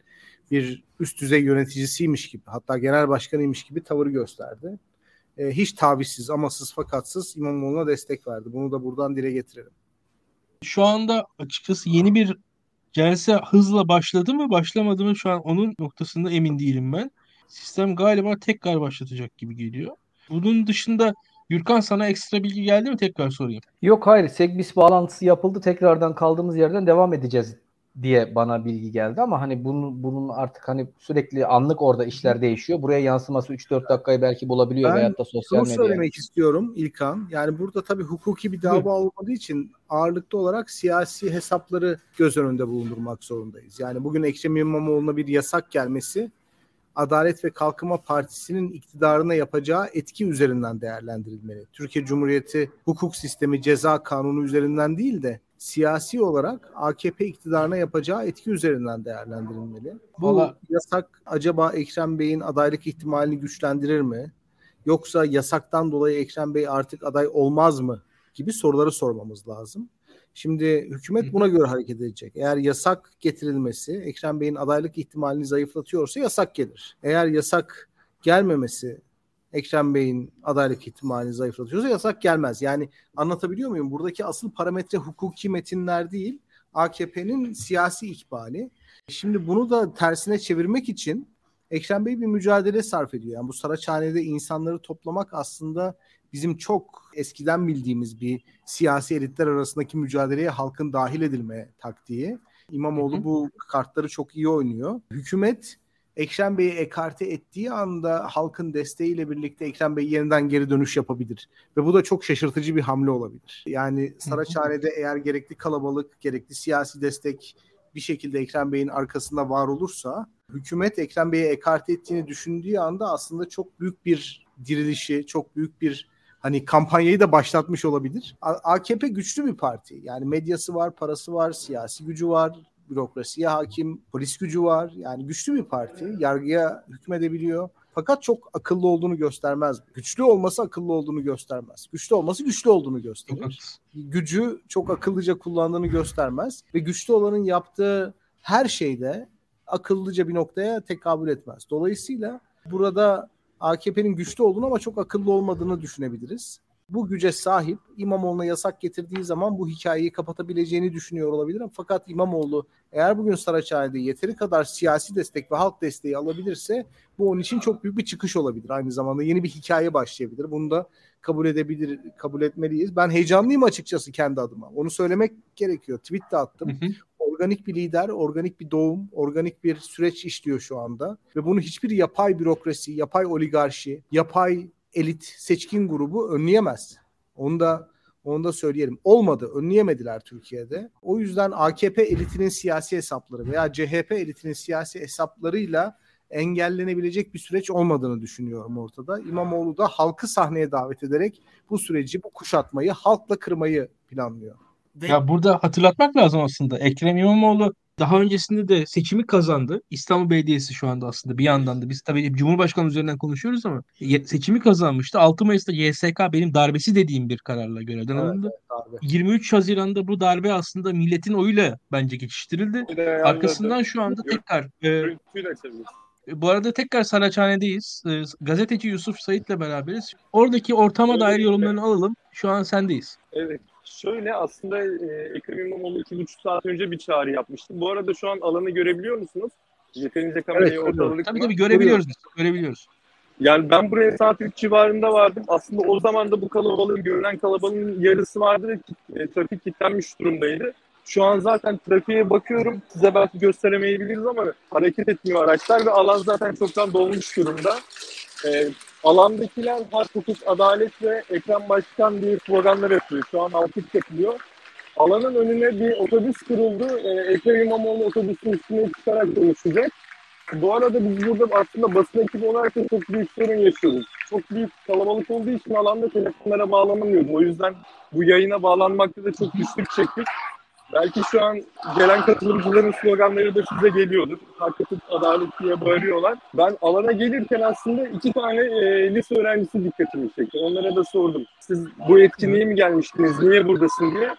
bir üst düzey yöneticisiymiş gibi, hatta genel başkanıymış gibi tavır gösterdi. E, hiç tavizsiz, amasız, fakatsız İmamoğlu'na destek verdi. Bunu da buradan dile getirelim. Şu anda açıkçası yeni bir celse hızla başladı mı başlamadı mı şu an onun noktasında emin değilim ben. Sistem galiba tekrar başlatacak gibi geliyor. Bunun dışında Gürkan sana ekstra bilgi geldi mi, tekrar sorayım. Yok hayır, Segbis bağlantısı yapıldı. Tekrardan kaldığımız yerden devam edeceğiz diye bana bilgi geldi ama hani bunun, bunun artık hani sürekli anlık orada işler değişiyor. Buraya yansıması üç dört dakikayı belki bulabiliyor Ben veyahut da sosyal şunu medyaya. söylemek istiyorum İlkan. Yani burada tabii hukuki bir dava olmadığı için ağırlıklı olarak siyasi hesapları göz önünde bulundurmak zorundayız. Yani bugün Ekrem İmamoğlu'na bir yasak gelmesi Adalet ve Kalkınma Partisi'nin iktidarına yapacağı etki üzerinden değerlendirilmeli. Türkiye Cumhuriyeti hukuk sistemi, ceza kanunu üzerinden değil de siyasi olarak A K P iktidarına yapacağı etki üzerinden değerlendirilmeli. Bu Vallahi... yasak acaba Ekrem Bey'in adaylık ihtimalini güçlendirir mi? Yoksa yasaktan dolayı Ekrem Bey artık aday olmaz mı gibi soruları sormamız lazım. Şimdi hükümet buna göre hareket edecek. Eğer yasak getirilmesi Ekrem Bey'in adaylık ihtimalini zayıflatıyorsa yasak gelir. Eğer yasak gelmemesi Ekrem Bey'in adaylık ihtimalini zayıflatıyorsa yasak gelmez. Yani anlatabiliyor muyum? Buradaki asıl parametre hukuki metinler değil, A K P'nin siyasi ikbali. Şimdi bunu da tersine çevirmek için Ekrem Bey bir mücadele sarf ediyor. Yani bu Saraçhane'de insanları toplamak aslında bizim çok eskiden bildiğimiz bir siyasi elitler arasındaki mücadeleye halkın dahil edilme taktiği. İmamoğlu hı hı. bu kartları çok iyi oynuyor. Hükümet Ekrem Bey'i ekarte ettiği anda halkın desteğiyle birlikte Ekrem Bey yeniden geri dönüş yapabilir. Ve bu da çok şaşırtıcı bir hamle olabilir. Yani Saraçhane'de eğer gerekli kalabalık, gerekli siyasi destek bir şekilde Ekrem Bey'in arkasında var olursa, hükümet Ekrem Bey'i ekarte ettiğini düşündüğü anda aslında çok büyük bir dirilişi, çok büyük bir hani kampanyayı da başlatmış olabilir. A K P güçlü bir parti. Yani medyası var, parası var, siyasi gücü var, bürokrasiye hakim, polis gücü var. Yani güçlü bir parti. Yargıya hükmedebiliyor. Fakat çok akıllı olduğunu göstermez. Güçlü olması akıllı olduğunu göstermez. Güçlü olması güçlü olduğunu gösterir. Gücü çok akıllıca kullandığını göstermez. Ve güçlü olanın yaptığı her şeyde akıllıca bir noktaya tekabül etmez. Dolayısıyla burada A K P'nin güçlü olduğunu ama çok akıllı olmadığını düşünebiliriz. Bu güce sahip İmamoğlu'na yasak getirdiği zaman bu hikayeyi kapatabileceğini düşünüyor olabilir. Fakat İmamoğlu eğer bugün Saraçhane'de yeteri kadar siyasi destek ve halk desteği alabilirse bu onun için çok büyük bir çıkış olabilir. Aynı zamanda yeni bir hikaye başlayabilir. Bunu da kabul edebilir, kabul etmeliyiz. Ben heyecanlıyım açıkçası kendi adıma. Onu söylemek gerekiyor. Tweet de attım. Hı hı. Organik bir lider, organik bir doğum, organik bir süreç işliyor şu anda. Ve bunu hiçbir yapay bürokrasi, yapay oligarşi, yapay elit seçkin grubu önleyemez. Onu da, onu da söyleyelim. Olmadı, önleyemediler Türkiye'de. O yüzden A K P elitinin siyasi hesapları veya C H P elitinin siyasi hesaplarıyla engellenebilecek bir süreç olmadığını düşünüyorum ortada. İmamoğlu da halkı sahneye davet ederek bu süreci, bu kuşatmayı halkla kırmayı planlıyor. Ya burada hatırlatmak lazım aslında. Ekrem İmamoğlu daha öncesinde de seçimi kazandı. İstanbul Belediyesi şu anda aslında bir yandan da biz tabii Cumhurbaşkanı üzerinden konuşuyoruz ama seçimi kazanmıştı. altı Mayıs'ta Y S K benim darbesi dediğim bir kararla görevden evet, alındı. Evet, yirmi üç Haziran'da bu darbe aslında milletin oyuyla bence geçiştirildi. Arkasından şu anda tekrar e, bu arada tekrar Saraçhane'deyiz. E, gazeteci Yusuf Sait'le beraberiz. Oradaki ortama dair yorumlarını alalım. Şu an sendeyiz. Evet. Şöyle aslında e, Ekrem İmamoğlu iki buçuk saat önce bir çağrı yapmıştı. Bu arada şu an alanı görebiliyor musunuz? Yeterince kamerayı evet, ortalık tabii tabii görebiliyoruz. Görebiliyoruz. Yani ben buraya saat üç civarında vardım. Aslında o zaman da bu kalabalığın, görünen kalabalığın yarısı vardı ve e, trafik kilitlenmiş durumdaydı. Şu an zaten trafiğe bakıyorum. Size belki gösteremeyebiliriz ama hareket etmiyor araçlar ve alan zaten çoktan dolmuş durumda. E, Alandakiler hak, hukuk, adalet ve Ekrem Başkan diye sloganlar yapıyor. Şu an alkış yapılıyor. Alanın önüne bir otobüs kuruldu. Ee, Ekrem İmamoğlu otobüsün üstüne çıkarak konuşacak. Bu arada biz burada aslında basın ekibi olarak da çok büyük sorun yaşıyoruz. Çok büyük kalabalık olduğu için alanda telefonlara bağlanamıyordu. O yüzden bu yayına bağlanmakta da çok güçlük çektik. Belki şu an gelen katılımcıların sloganları da size geliyordur. Hak, hukuk, adalet diye bağırıyorlar. Ben alana gelirken aslında iki tane e, lise öğrencisi dikkatimi çekti. Onlara da sordum. Siz bu etkinliğe mi gelmiştiniz? Niye buradasın diye.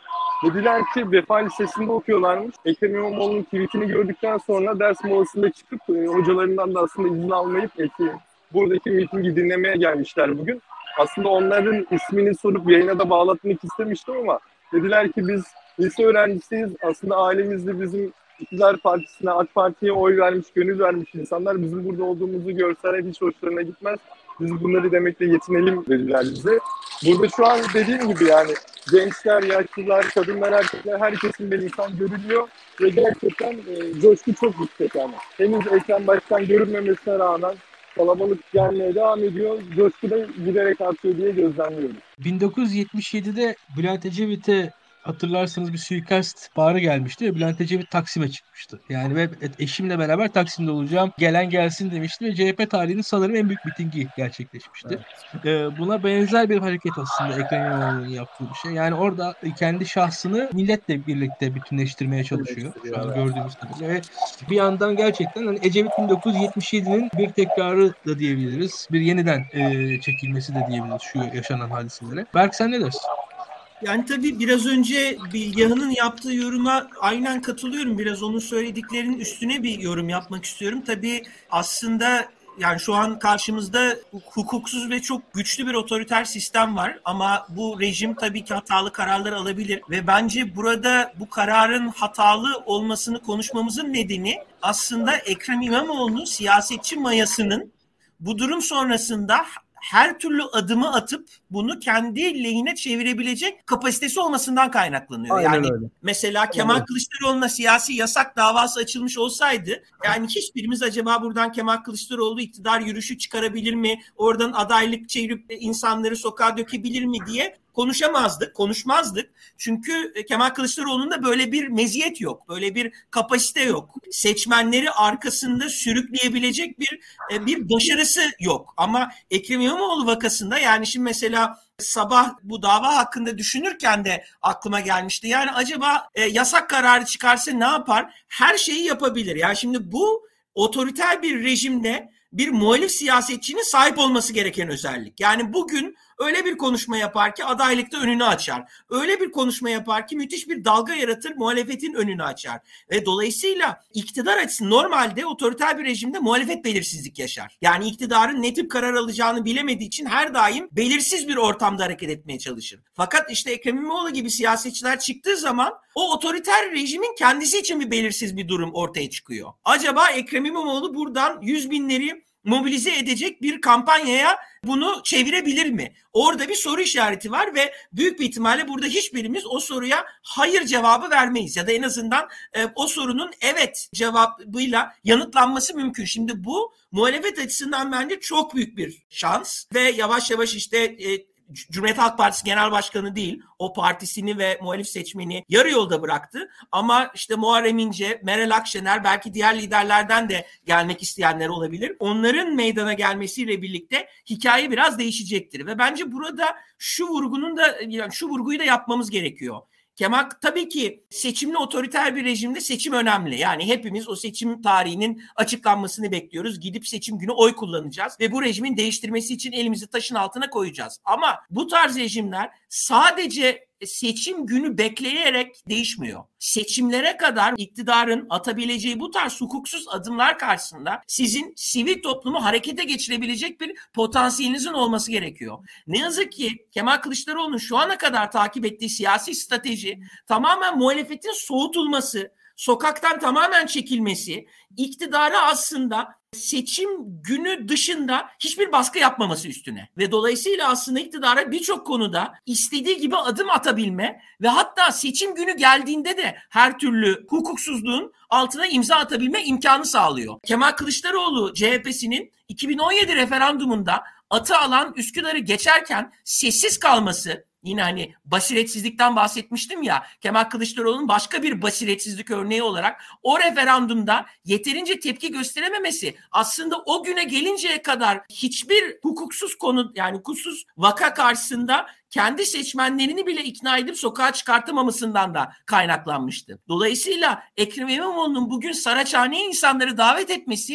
Dediler ki Vefa Lisesi'nde okuyorlarmış. Ekrem İmamoğlu'nun tweetini gördükten sonra ders molasında çıkıp e, hocalarından da aslında izin almayıp e, buradaki mitingi dinlemeye gelmişler bugün. Aslında onların ismini sorup yayına da bağlatmak istemiştim ama dediler ki biz lise öğrencisiyiz. Aslında ailemizde bizim İktidar Partisi'ne, AK Parti'ye oy vermiş, gönül vermiş insanlar bizim burada olduğumuzu görseler hiç hoşlarına gitmez. Biz bunları demekle yetinelim dediler bize. Burada şu an dediğim gibi yani gençler, yaşlılar, kadınlar, erkekler herkesin bir insan görülüyor ve gerçekten e, coşku çok yüksek yani. Henüz Ekrem Başkan görünmemesine rağmen kalabalık gelmeye devam ediyor. Coşku da giderek artıyor diye gözlemliyoruz. bin dokuz yüz yetmiş yedide Bülent Ecevit'e hatırlarsanız bir suikast bağrı gelmişti ve Bülent Ecevit Taksim'e çıkmıştı. Yani ve eşimle beraber Taksim'de olacağım, gelen gelsin demişti ve C H P tarihinin sanırım en büyük mitingi gerçekleşmişti. Evet. Ee, buna benzer bir hareket aslında Ekrem İmamoğlu'nun yaptığı bir şey. Yani orada kendi şahsını milletle birlikte bütünleştirmeye çalışıyor. Şu an gördüğümüz kadarıyla ve bir yandan gerçekten hani Ecevit bin dokuz yüz yetmiş yedinin bir tekrarı da diyebiliriz. Bir yeniden e, çekilmesi de diyebiliriz şu yaşanan hadiselere. Berk sen ne dersin? Yani tabii biraz önce Bilgehan'ın yaptığı yoruma aynen katılıyorum. Biraz onun söylediklerinin üstüne bir yorum yapmak istiyorum. Tabii aslında yani şu an karşımızda hukuksuz ve çok güçlü bir otoriter sistem var. Ama bu rejim tabii ki hatalı kararlar alabilir. Ve bence burada bu kararın hatalı olmasını konuşmamızın nedeni aslında Ekrem İmamoğlu'nun siyasetçi mayasının bu durum sonrasında her türlü adımı atıp bunu kendi lehine çevirebilecek kapasitesi olmasından kaynaklanıyor. Aynen yani öyle. Mesela Kemal evet. Kılıçdaroğlu'na siyasi yasak davası açılmış olsaydı yani hiçbirimiz acaba buradan Kemal Kılıçdaroğlu iktidar yürüyüşü çıkarabilir mi? Oradan adaylık çevirip insanları sokağa dökebilir mi diye konuşamazdık, konuşmazdık. Çünkü Kemal Kılıçdaroğlu'nun da böyle bir meziyet yok. Böyle bir kapasite yok. Seçmenleri arkasında sürükleyebilecek bir bir başarısı yok. Ama Ekrem İmamoğlu vakasında yani şimdi mesela sabah bu dava hakkında düşünürken de aklıma gelmişti. Yani acaba e, yasak kararı çıkarsa ne yapar? Her şeyi yapabilir. Yani şimdi bu otoriter bir rejimde bir muhalif siyasetçinin sahip olması gereken özellik. Yani bugün öyle bir konuşma yapar ki adaylıkta önünü açar. Öyle bir konuşma yapar ki müthiş bir dalga yaratır, muhalefetin önünü açar. Ve dolayısıyla iktidar açısından normalde otoriter bir rejimde muhalefet belirsizlik yaşar. Yani iktidarın ne tip karar alacağını bilemediği için her daim belirsiz bir ortamda hareket etmeye çalışır. Fakat işte Ekrem İmamoğlu gibi siyasetçiler çıktığı zaman o otoriter rejimin kendisi için bir belirsiz bir durum ortaya çıkıyor. Acaba Ekrem İmamoğlu buradan yüz binleri mobilize edecek bir kampanyaya bunu çevirebilir mi? Orada bir soru işareti var ve büyük bir ihtimalle burada hiçbirimiz o soruya hayır cevabı vermeyiz. Ya da en azından e, o sorunun evet cevabıyla yanıtlanması mümkün. Şimdi bu muhalefet açısından bence çok büyük bir şans ve yavaş yavaş işte e, Cumhuriyet Halk Partisi Genel Başkanı değil, o partisini ve muhalif seçmeni yarı yolda bıraktı. Ama işte Muharrem İnce, Meral Akşener, belki diğer liderlerden de gelmek isteyenler olabilir. Onların meydana gelmesiyle birlikte hikaye biraz değişecektir. Ve bence burada şu vurgunun da yani şu vurguyu da yapmamız gerekiyor. Kemal tabii ki seçimli otoriter bir rejimde seçim önemli. Yani hepimiz o seçim tarihinin açıklanmasını bekliyoruz. Gidip seçim günü oy kullanacağız ve bu rejimin değiştirmesi için elimizi taşın altına koyacağız. Ama bu tarz rejimler sadece seçim günü bekleyerek değişmiyor. Seçimlere kadar iktidarın atabileceği bu tarz hukuksuz adımlar karşısında sizin sivil toplumu harekete geçirebilecek bir potansiyelinizin olması gerekiyor. Ne yazık ki Kemal Kılıçdaroğlu'nun şu ana kadar takip ettiği siyasi strateji tamamen muhalefetin soğutulması, sokaktan tamamen çekilmesi, iktidara aslında seçim günü dışında hiçbir baskı yapmaması üstüne ve dolayısıyla aslında iktidara birçok konuda istediği gibi adım atabilme ve hatta seçim günü geldiğinde de her türlü hukuksuzluğun altına imza atabilme imkanı sağlıyor. Kemal Kılıçdaroğlu C H P'sinin iki bin on yedi referandumunda atı alan Üsküdar'ı geçerken sessiz kalması, yine hani basiretsizlikten bahsetmiştim ya, Kemal Kılıçdaroğlu'nun başka bir basiretsizlik örneği olarak o referandumda yeterince tepki gösterememesi aslında o güne gelinceye kadar hiçbir hukuksuz konu yani hukuksuz vaka karşısında kendi seçmenlerini bile ikna edip sokağa çıkartamamasından da kaynaklanmıştı. Dolayısıyla Ekrem İmamoğlu'nun bugün Saraçhane'ye insanları davet etmesi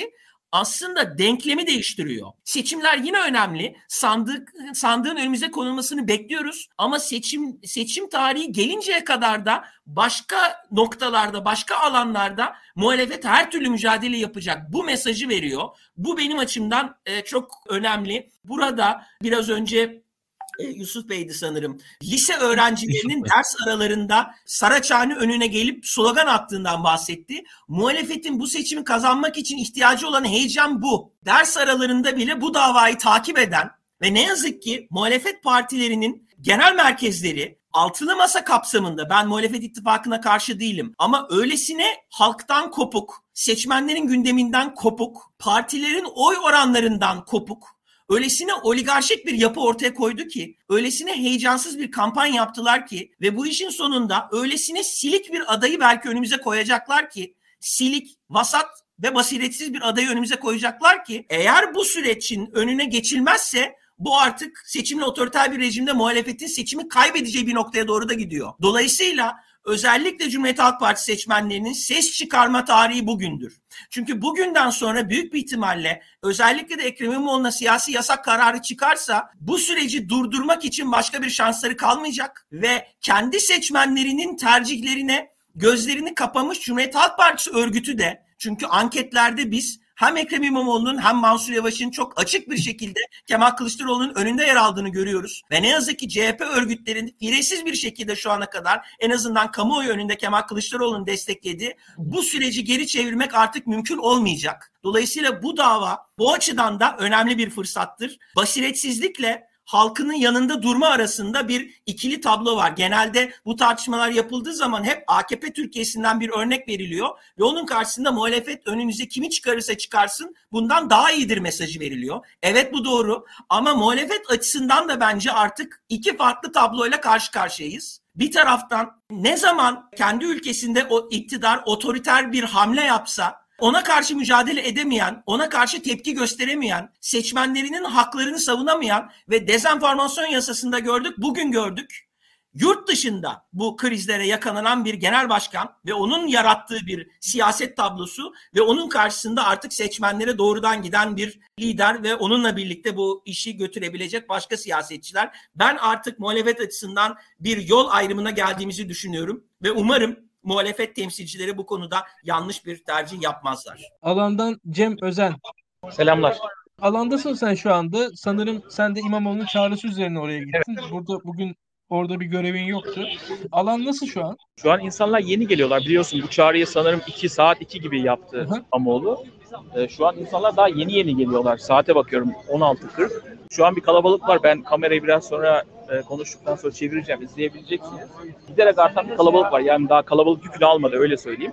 aslında denklemi değiştiriyor. Seçimler yine önemli. Sandık sandığın önümüze konulmasını bekliyoruz ama seçim seçim tarihi gelinceye kadar da başka noktalarda, başka alanlarda muhalefet her türlü mücadele yapacak. Bu mesajı veriyor. Bu benim açımdan e, çok önemli. Burada biraz önce Yusuf Bey'di sanırım. Lise öğrencilerinin ders aralarında Saraçhane önüne gelip slogan attığından bahsetti. Muhalefetin bu seçimi kazanmak için ihtiyacı olan heyecan bu. Ders aralarında bile bu davayı takip eden ve ne yazık ki muhalefet partilerinin genel merkezleri altılı masa kapsamında, ben muhalefet ittifakına karşı değilim ama öylesine halktan kopuk, seçmenlerin gündeminden kopuk, partilerin oy oranlarından kopuk, öylesine oligarşik bir yapı ortaya koydu ki, öylesine heyecansız bir kampanya yaptılar ki ve bu işin sonunda öylesine silik bir adayı belki önümüze koyacaklar ki, silik, vasat ve basiretsiz bir adayı önümüze koyacaklar ki, eğer bu sürecin önüne geçilmezse bu artık seçimli otoriter bir rejimde muhalefetin seçimi kaybedeceği bir noktaya doğru da gidiyor. Dolayısıyla özellikle Cumhuriyet Halk Partisi seçmenlerinin ses çıkarma tarihi bugündür. Çünkü bugünden sonra büyük bir ihtimalle özellikle de Ekrem İmamoğlu'na siyasi yasak kararı çıkarsa bu süreci durdurmak için başka bir şansları kalmayacak ve kendi seçmenlerinin tercihlerine gözlerini kapamış Cumhuriyet Halk Partisi örgütü de, çünkü anketlerde biz hem Ekrem İmamoğlu'nun hem Mansur Yavaş'ın çok açık bir şekilde Kemal Kılıçdaroğlu'nun önünde yer aldığını görüyoruz. Ve ne yazık ki C H P örgütlerinin firesiz bir şekilde şu ana kadar en azından kamuoyu önünde Kemal Kılıçdaroğlu'nu desteklediği bu süreci geri çevirmek artık mümkün olmayacak. Dolayısıyla bu dava bu açıdan da önemli bir fırsattır. Basiretsizlikle halkının yanında durma arasında bir ikili tablo var. Genelde bu tartışmalar yapıldığı zaman hep A K P Türkiye'sinden bir örnek veriliyor ve onun karşısında muhalefet önünüze kimi çıkarırsa çıkarsın bundan daha iyidir mesajı veriliyor. Evet, bu doğru ama muhalefet açısından da bence artık iki farklı tabloyla karşı karşıyayız. Bir taraftan ne zaman kendi ülkesinde o iktidar otoriter bir hamle yapsa, ona karşı mücadele edemeyen, ona karşı tepki gösteremeyen, seçmenlerinin haklarını savunamayan ve dezenformasyon yasasında gördük, bugün gördük. Yurt dışında bu krizlere yakalanan bir genel başkan ve onun yarattığı bir siyaset tablosu ve onun karşısında artık seçmenlere doğrudan giden bir lider ve onunla birlikte bu işi götürebilecek başka siyasetçiler. Ben artık muhalefet açısından bir yol ayrımına geldiğimizi düşünüyorum ve umarım muhalefet temsilcileri bu konuda yanlış bir tercih yapmazlar. Alandan Cem Özen. Selamlar. Alandasın sen şu anda. Sanırım sen de İmamoğlu'nun çağrısı üzerine oraya gittin. Evet. Burada bugün orada bir görevin yoktu. Alan nasıl şu an? Şu an insanlar yeni geliyorlar. Biliyorsun bu çağrıyı sanırım iki saat iki gibi yaptı İmamoğlu. Ee, şu an insanlar daha yeni yeni geliyorlar. Saate bakıyorum on altı kırk. Şu an bir kalabalık var. Ben kamerayı biraz sonra e, konuştuktan sonra çevireceğim. İzleyebileceksiniz. Giderek artan bir kalabalık var. Yani daha kalabalık yükünü almadı, öyle söyleyeyim.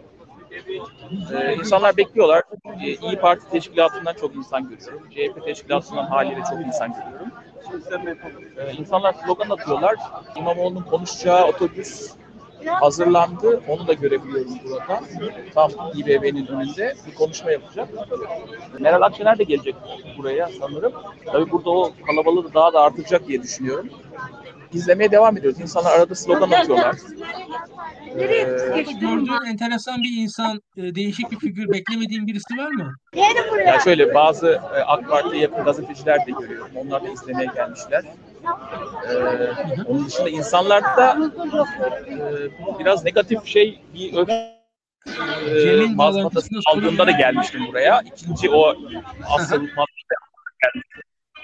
Ee, insanlar bekliyorlar. Ee, İYİ Parti teşkilatından çok insan görüyorum. C H P teşkilatından haliyle çok insan görüyorum. Ee, insanlar slogan atıyorlar. İmamoğlu'nun konuşacağı otobüs hazırlandı. Onu da görebiliyorum burada. Tam İ B B'nin önünde bir konuşma yapacak. Meral Akşener de gelecek buraya sanırım. Tabii burada o kalabalığı daha da artacak diye düşünüyorum. İzlemeye devam ediyoruz. İnsanlar arada slogan atıyorlar. Ee, Gördüğün enteresan bir insan, değişik bir figür, beklemediğin birisi var mı? Yani şöyle, bazı AK Parti'ye yakın gazeteciler de görüyorum. Onlar da izlemeye gelmişler. Ee, onun dışında insanlar da e, biraz negatif şey bir öf e, mazbatası aldığında da gelmiştim buraya. İkinci o asıl mazbatası gelmiştim.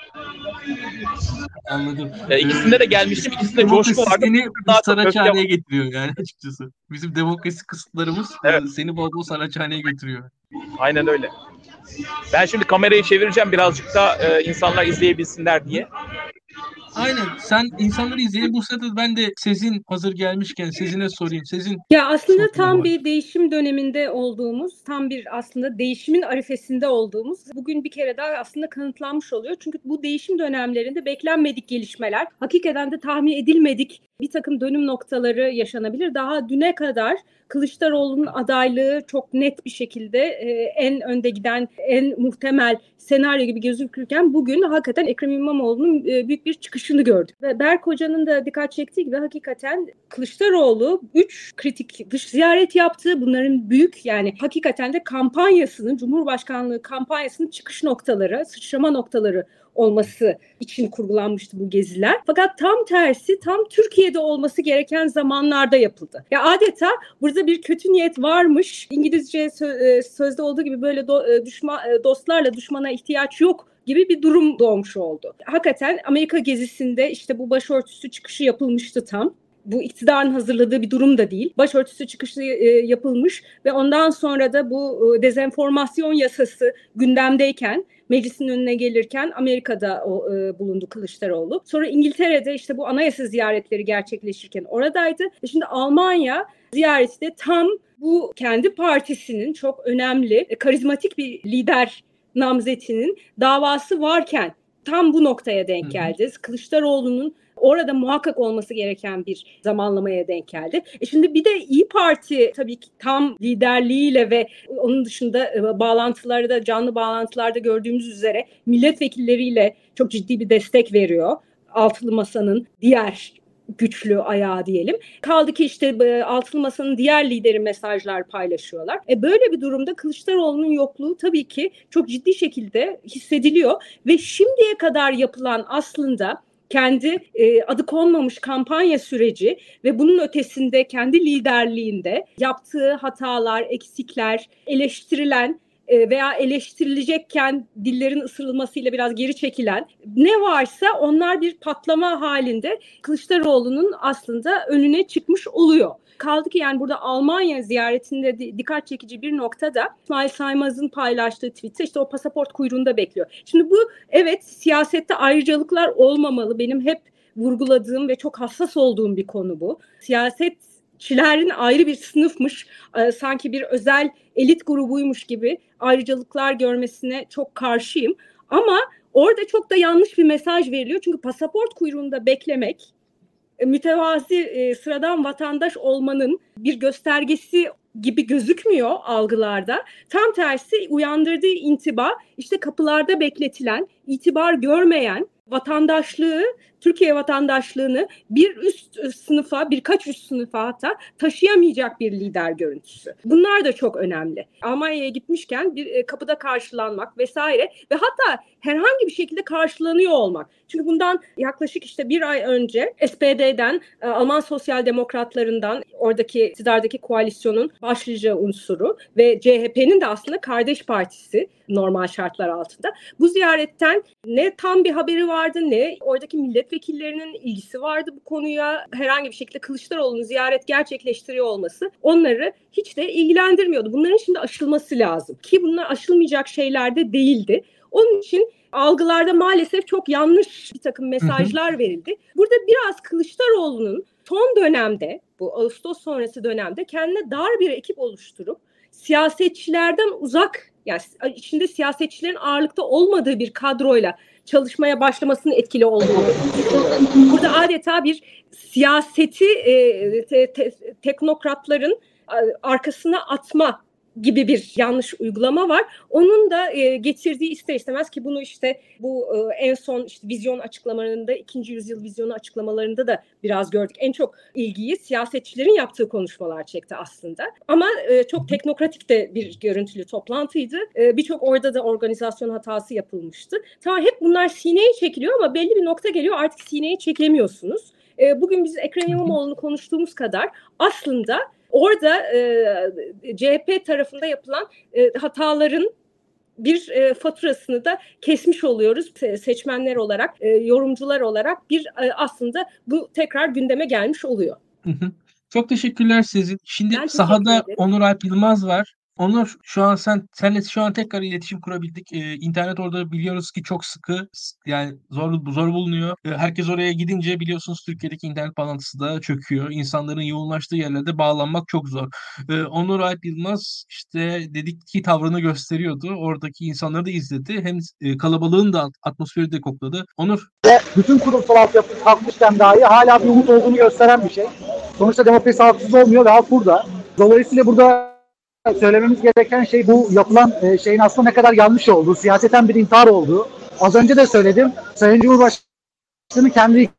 Anladım. E, ikisinde de gelmiştim. İkisinde coşku vardı. Seni Saraçhane'ye getiriyor yani açıkçası. Bizim demokrasi kısıtlarımız evet. Seni bol bol Saraçhane'ye götürüyor. Aynen öyle. Ben şimdi kamerayı çevireceğim birazcık da e, insanlar izleyebilsinler diye. Aynen. Sen insanları izleyin. Bu sırada ben de Sezin hazır gelmişken Sezin'e sorayım. Sezin. Ya aslında tam bir değişim döneminde olduğumuz, tam bir aslında değişimin arifesinde olduğumuz bugün bir kere daha aslında kanıtlanmış oluyor. Çünkü bu değişim dönemlerinde beklenmedik gelişmeler, hakikaten de tahmin edilmedik bir takım dönüm noktaları yaşanabilir. Daha düne kadar Kılıçdaroğlu'nun adaylığı çok net bir şekilde e, en önde giden, en muhtemel senaryo gibi gözükürken bugün hakikaten Ekrem İmamoğlu'nun e, büyük bir çıkış çıkışını gördük. Ve Berk Hoca'nın da dikkat çektiği gibi hakikaten Kılıçdaroğlu üç kritik dış ziyaret yaptı. Bunların büyük, yani hakikaten de kampanyasının, Cumhurbaşkanlığı kampanyasının çıkış noktaları, sıçrama noktaları olması için kurgulanmıştı bu geziler. Fakat tam tersi, tam Türkiye'de olması gereken zamanlarda yapıldı. Ya adeta burada bir kötü niyet varmış. İngilizce sö- sözde olduğu gibi böyle do- düşman dostlarla düşmana ihtiyaç yok gibi bir durum doğmuş oldu. Hakikaten Amerika gezisinde işte bu başörtüsü çıkışı yapılmıştı tam. Bu iktidarın hazırladığı bir durum da değil. Başörtüsü çıkışı e, yapılmış ve ondan sonra da bu e, dezenformasyon yasası gündemdeyken, meclisin önüne gelirken Amerika'da o, e, bulundu Kılıçdaroğlu. Sonra İngiltere'de işte bu anayasa ziyaretleri gerçekleşirken oradaydı. E şimdi Almanya ziyareti de tam bu kendi partisinin çok önemli, e, karizmatik bir lider namzetinin davası varken tam bu noktaya denk geldi. Hı hı. Kılıçdaroğlu'nun orada muhakkak olması gereken bir zamanlamaya denk geldi. E şimdi bir de İYİ Parti tabii ki tam liderliğiyle ve onun dışında bağlantıları da, canlı bağlantılarda gördüğümüz üzere milletvekilleriyle çok ciddi bir destek veriyor. Altılı Masa'nın diğer güçlü ayağı diyelim. Kaldı ki işte Altılı Masa'nın diğer lideri mesajlar paylaşıyorlar. E böyle bir durumda Kılıçdaroğlu'nun yokluğu tabii ki çok ciddi şekilde hissediliyor ve şimdiye kadar yapılan aslında kendi e, adı konmamış kampanya süreci ve bunun ötesinde kendi liderliğinde yaptığı hatalar, eksikler, eleştirilen e, veya eleştirilecekken dillerin ısırılmasıyla biraz geri çekilen ne varsa onlar bir patlama halinde Kılıçdaroğlu'nun aslında önüne çıkmış oluyor. Kaldı ki yani burada Almanya ziyaretinde dikkat çekici bir noktada İsmail Saymaz'ın paylaştığı tweette işte o pasaport kuyruğunda bekliyor. Şimdi bu evet siyasette ayrıcalıklar olmamalı. Benim hep vurguladığım ve çok hassas olduğum bir konu bu. Siyasetçilerin ayrı bir sınıfmış, sanki bir özel elit grubuymuş gibi ayrıcalıklar görmesine çok karşıyım. Ama orada çok da yanlış bir mesaj veriliyor. Çünkü pasaport kuyruğunda beklemek mütevazi, e, sıradan vatandaş olmanın bir göstergesi gibi gözükmüyor algılarda. Tam tersi uyandırdığı intiba işte kapılarda bekletilen, itibar görmeyen vatandaşlığı, Türkiye vatandaşlığını bir üst sınıfa, birkaç üst sınıfa hatta taşıyamayacak bir lider görüntüsü. Bunlar da çok önemli. Almanya'ya gitmişken bir kapıda karşılanmak vesaire ve hatta herhangi bir şekilde karşılanıyor olmak. Çünkü bundan yaklaşık işte bir ay önce S P D'den, Alman Sosyal Demokratlarından, oradaki iktidardaki koalisyonun başlıca unsuru ve C H P'nin de aslında kardeş partisi normal şartlar altında. Bu ziyaretten ne tam bir haberi vardı, ne oradaki milletvekillerinin ilgisi vardı bu konuya. Herhangi bir şekilde Kılıçdaroğlu'nun ziyaret gerçekleştiriyor olması onları hiç de ilgilendirmiyordu. Bunların şimdi aşılması lazım. Ki bunlar aşılmayacak şeyler de değildi. Onun için algılarda maalesef çok yanlış bir takım mesajlar verildi. Burada biraz Kılıçdaroğlu'nun son dönemde, bu Ağustos sonrası dönemde kendine dar bir ekip oluşturup siyasetçilerden uzak, yani içinde siyasetçilerin ağırlıkta olmadığı bir kadroyla çalışmaya başlamasının etkili olduğunu. Burada adeta bir siyaseti e, te, te, teknokratların arkasına atma gibi bir yanlış uygulama var. Onun da e, getirdiği ister istemez ki bunu işte bu e, en son işte vizyon açıklamalarında, ikinci yüzyıl vizyonu açıklamalarında da biraz gördük. En çok ilgiyi siyasetçilerin yaptığı konuşmalar çekti aslında. Ama e, çok teknokratik de bir görüntülü toplantıydı. E, Birçok orada da organizasyon hatası yapılmıştı. Tamam, hep bunlar sineye çekiliyor ama belli bir nokta geliyor artık sineye çekemiyorsunuz. E, bugün biz Ekrem İmamoğlu'nu konuştuğumuz kadar aslında orada e, C H P tarafında yapılan e, hataların bir e, faturasını da kesmiş oluyoruz Se- seçmenler olarak, e, yorumcular olarak bir e, aslında bu tekrar gündeme gelmiş oluyor. Hı hı. Çok teşekkürler sizin. Şimdi Ben teşekkür sahada ederim. Onur Alp Yılmaz var. Onur, şu an sen senle şu an tekrar iletişim kurabildik. Ee, internet orada biliyoruz ki çok sıkı, yani zor zor bulunuyor. Ee, herkes oraya gidince biliyorsunuz Türkiye'deki internet bağlantısı da çöküyor. İnsanların yoğunlaştığı yerlerde bağlanmak çok zor. Ee, Onur Alp Yılmaz işte dedik ki tavrını gösteriyordu. Oradaki insanları da izledi. Hem e, kalabalığın da atmosferi de kokladı. Onur. Ve bütün kurumsal altyapı kalkmışken dahi hala bir umut olduğunu gösteren bir şey. Sonuçta demokrasi haksız olmuyor ve halk burada. Dolayısıyla burada söylememiz gereken şey bu yapılan e, şeyin aslında ne kadar yanlış olduğu, siyaseten bir intihar olduğu. Az önce de söyledim. Sayın Cumhurbaşkanı Seni kendi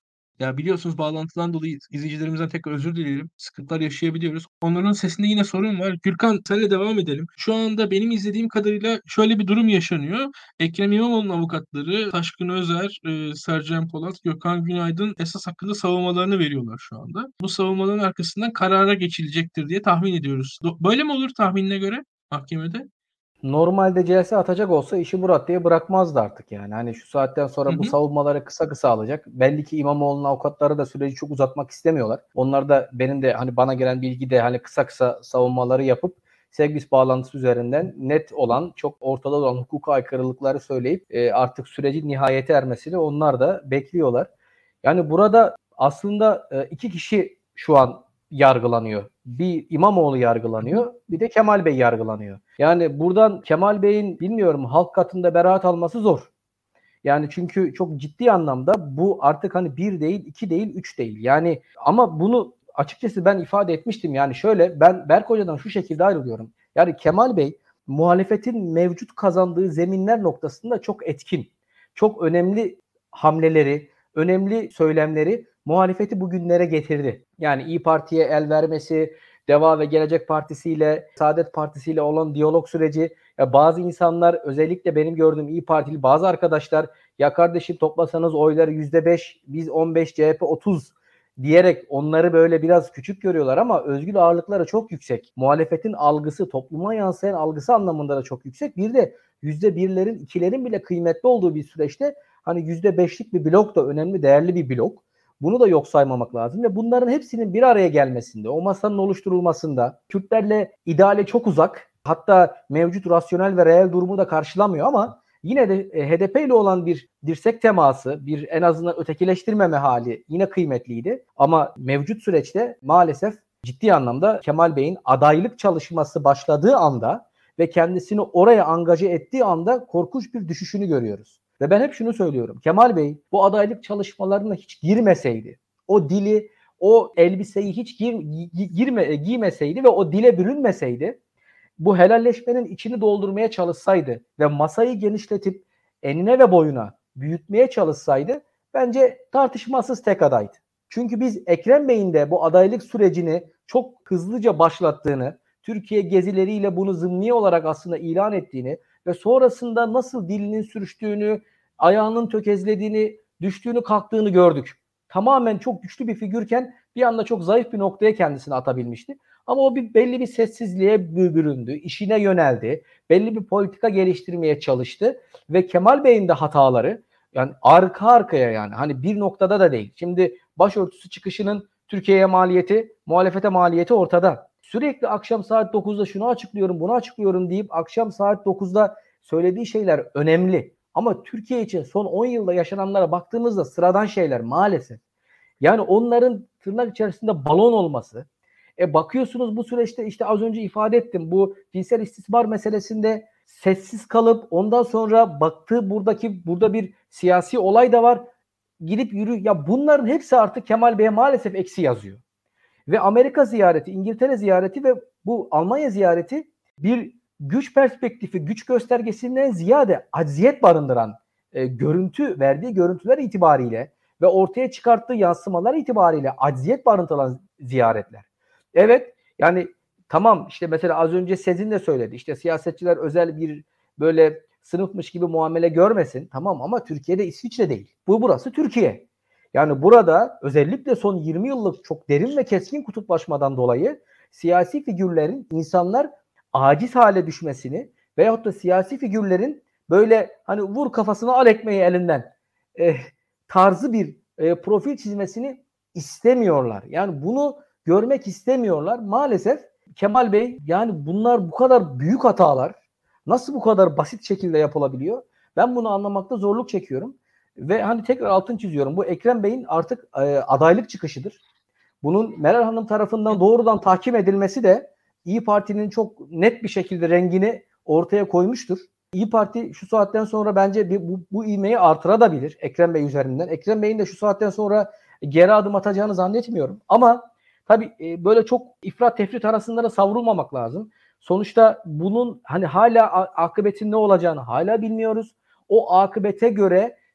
Ya biliyorsunuz bağlantıdan dolayı izleyicilerimizden tekrar özür dilerim. Sıkıntılar yaşayabiliyoruz. Onların sesinde yine sorun var. Gürkan senle devam edelim. Şu anda benim izlediğim kadarıyla şöyle bir durum yaşanıyor. Ekrem İmamoğlu'nun avukatları Taşkın Özer, e, Sercan Polat, Gökhan Günaydın esas hakkında savunmalarını veriyorlar şu anda. Bu savunmaların arkasından karara geçilecektir diye tahmin ediyoruz. Do- Böyle mi olur tahminine göre mahkemede? Normalde C S atacak olsa işi bu raddeye bırakmazdı artık yani. Hani şu saatten sonra Hı bu hı. savunmaları kısa kısa alacak. Belli ki İmamoğlu'nun avukatları da süreci çok uzatmak istemiyorlar. Onlar da benim de hani bana gelen bilgi de hani kısa kısa savunmaları yapıp Segvis bağlantısı üzerinden net olan, çok ortada olan hukuka aykırılıkları söyleyip e, artık sürecin nihayete ermesini onlar da bekliyorlar. Yani burada aslında e, iki kişi şu an yargılanıyor. Bir İmamoğlu yargılanıyor, bir de Kemal Bey yargılanıyor. Yani buradan Kemal Bey'in bilmiyorum halk katında beraat alması zor. Yani çünkü çok ciddi anlamda bu artık hani bir değil, iki değil, üç değil. Yani ama bunu açıkçası ben ifade etmiştim. Yani şöyle, ben Berk Hoca'dan şu şekilde ayrılıyorum. Yani Kemal Bey muhalefetin mevcut kazandığı zeminler noktasında çok etkin. Çok önemli hamleleri, önemli söylemleri muhalefeti bugünlere getirdi. Yani İyi Parti'ye el vermesi, Deva ve Gelecek Partisi ile Saadet Partisi ile olan diyalog süreci. Ya bazı insanlar, özellikle benim gördüğüm İyi Partili bazı arkadaşlar, ya kardeşim toplasanız oyları yüzde beş, biz on beş, C H P otuz diyerek onları böyle biraz küçük görüyorlar ama özgür ağırlıkları çok yüksek. Muhalefetin algısı, topluma yansıyan algısı anlamında da çok yüksek. Bir de yüzde birlerin, ikilerin bile kıymetli olduğu bir süreçte hani yüzde beşlik bir blok da önemli, değerli bir blok. Bunu da yok saymamak lazım ve bunların hepsinin bir araya gelmesinde, o masanın oluşturulmasında, Kürtlerle ideale çok uzak, hatta mevcut rasyonel ve reel durumu da karşılamıyor ama yine de e, H D P ile olan bir dirsek teması, bir en azından ötekileştirmeme hali yine kıymetliydi. Ama mevcut süreçte maalesef ciddi anlamda Kemal Bey'in adaylık çalışması başladığı anda ve kendisini oraya angaje ettiği anda korkunç bir düşüşünü görüyoruz. Ve ben hep şunu söylüyorum. Kemal Bey bu adaylık çalışmalarına hiç girmeseydi, o dili, o elbiseyi hiç gir, girme, giymeseydi ve o dile bürünmeseydi, bu helalleşmenin içini doldurmaya çalışsaydı ve masayı genişletip enine ve boyuna büyütmeye çalışsaydı bence tartışmasız tek adaydı. Çünkü biz Ekrem Bey'in de bu adaylık sürecini çok hızlıca başlattığını, Türkiye gezileriyle bunu zımni olarak aslında ilan ettiğini ve sonrasında nasıl dilinin sürüştüğünü, ayağının tökezlediğini, düştüğünü, kalktığını gördük. Tamamen çok güçlü bir figürken bir anda çok zayıf bir noktaya kendisini atabilmişti. Ama o bir belli bir sessizliğe büründü, işine yöneldi, belli bir politika geliştirmeye çalıştı ve Kemal Bey'in de hataları yani arka arkaya, yani hani bir noktada da değil. Şimdi başörtüsü çıkışının Türkiye'ye maliyeti, muhalefete maliyeti ortada. Sürekli akşam saat dokuzda şunu açıklıyorum, bunu açıklıyorum deyip akşam saat dokuzda söylediği şeyler önemli. Ama Türkiye için son on yılda yaşananlara baktığımızda sıradan şeyler maalesef. Yani onların tırnak içerisinde balon olması. E bakıyorsunuz bu süreçte işte az önce ifade ettim, bu cinsel istismar meselesinde sessiz kalıp ondan sonra baktığı buradaki burada bir siyasi olay da var. Gidip yürü, ya bunların hepsi artık Kemal Bey'e maalesef eksi yazıyor. Ve Amerika ziyareti, İngiltere ziyareti ve bu Almanya ziyareti bir güç perspektifi, güç göstergesinden ziyade acziyet barındıran e, görüntü, verdiği görüntüler itibariyle ve ortaya çıkarttığı yansımalar itibariyle acziyet barındıran ziyaretler. Evet, yani tamam, işte mesela az önce Sezin de söyledi, işte siyasetçiler özel bir böyle sınıfmış gibi muamele görmesin, tamam, ama Türkiye'de İsviçre değil. Bu burası Türkiye. Yani burada özellikle son yirmi yıllık çok derin ve keskin kutuplaşmadan dolayı siyasi figürlerin, insanlar aciz hale düşmesini veyahut da siyasi figürlerin böyle hani vur kafasına al ekmeği elinden e, tarzı bir e, profil çizmesini istemiyorlar. Yani bunu görmek istemiyorlar. Maalesef Kemal Bey, yani bunlar bu kadar büyük hatalar nasıl bu kadar basit şekilde yapılabiliyor? Ben bunu anlamakta zorluk çekiyorum. Ve hani tekrar altını çiziyorum. Bu Ekrem Bey'in artık e, adaylık çıkışıdır. Bunun Meral Hanım tarafından doğrudan tahkim edilmesi de İyi Parti'nin çok net bir şekilde rengini ortaya koymuştur. İyi Parti şu saatten sonra bence bir, bu, bu ivmeyi artırabilir Ekrem Bey üzerinden. Ekrem Bey'in de şu saatten sonra geri adım atacağını zannetmiyorum. Ama tabii e, böyle çok ifrat tefrit arasında da savrulmamak lazım. Sonuçta bunun hani hala akıbetin ne olacağını hala bilmiyoruz. O akıbete göre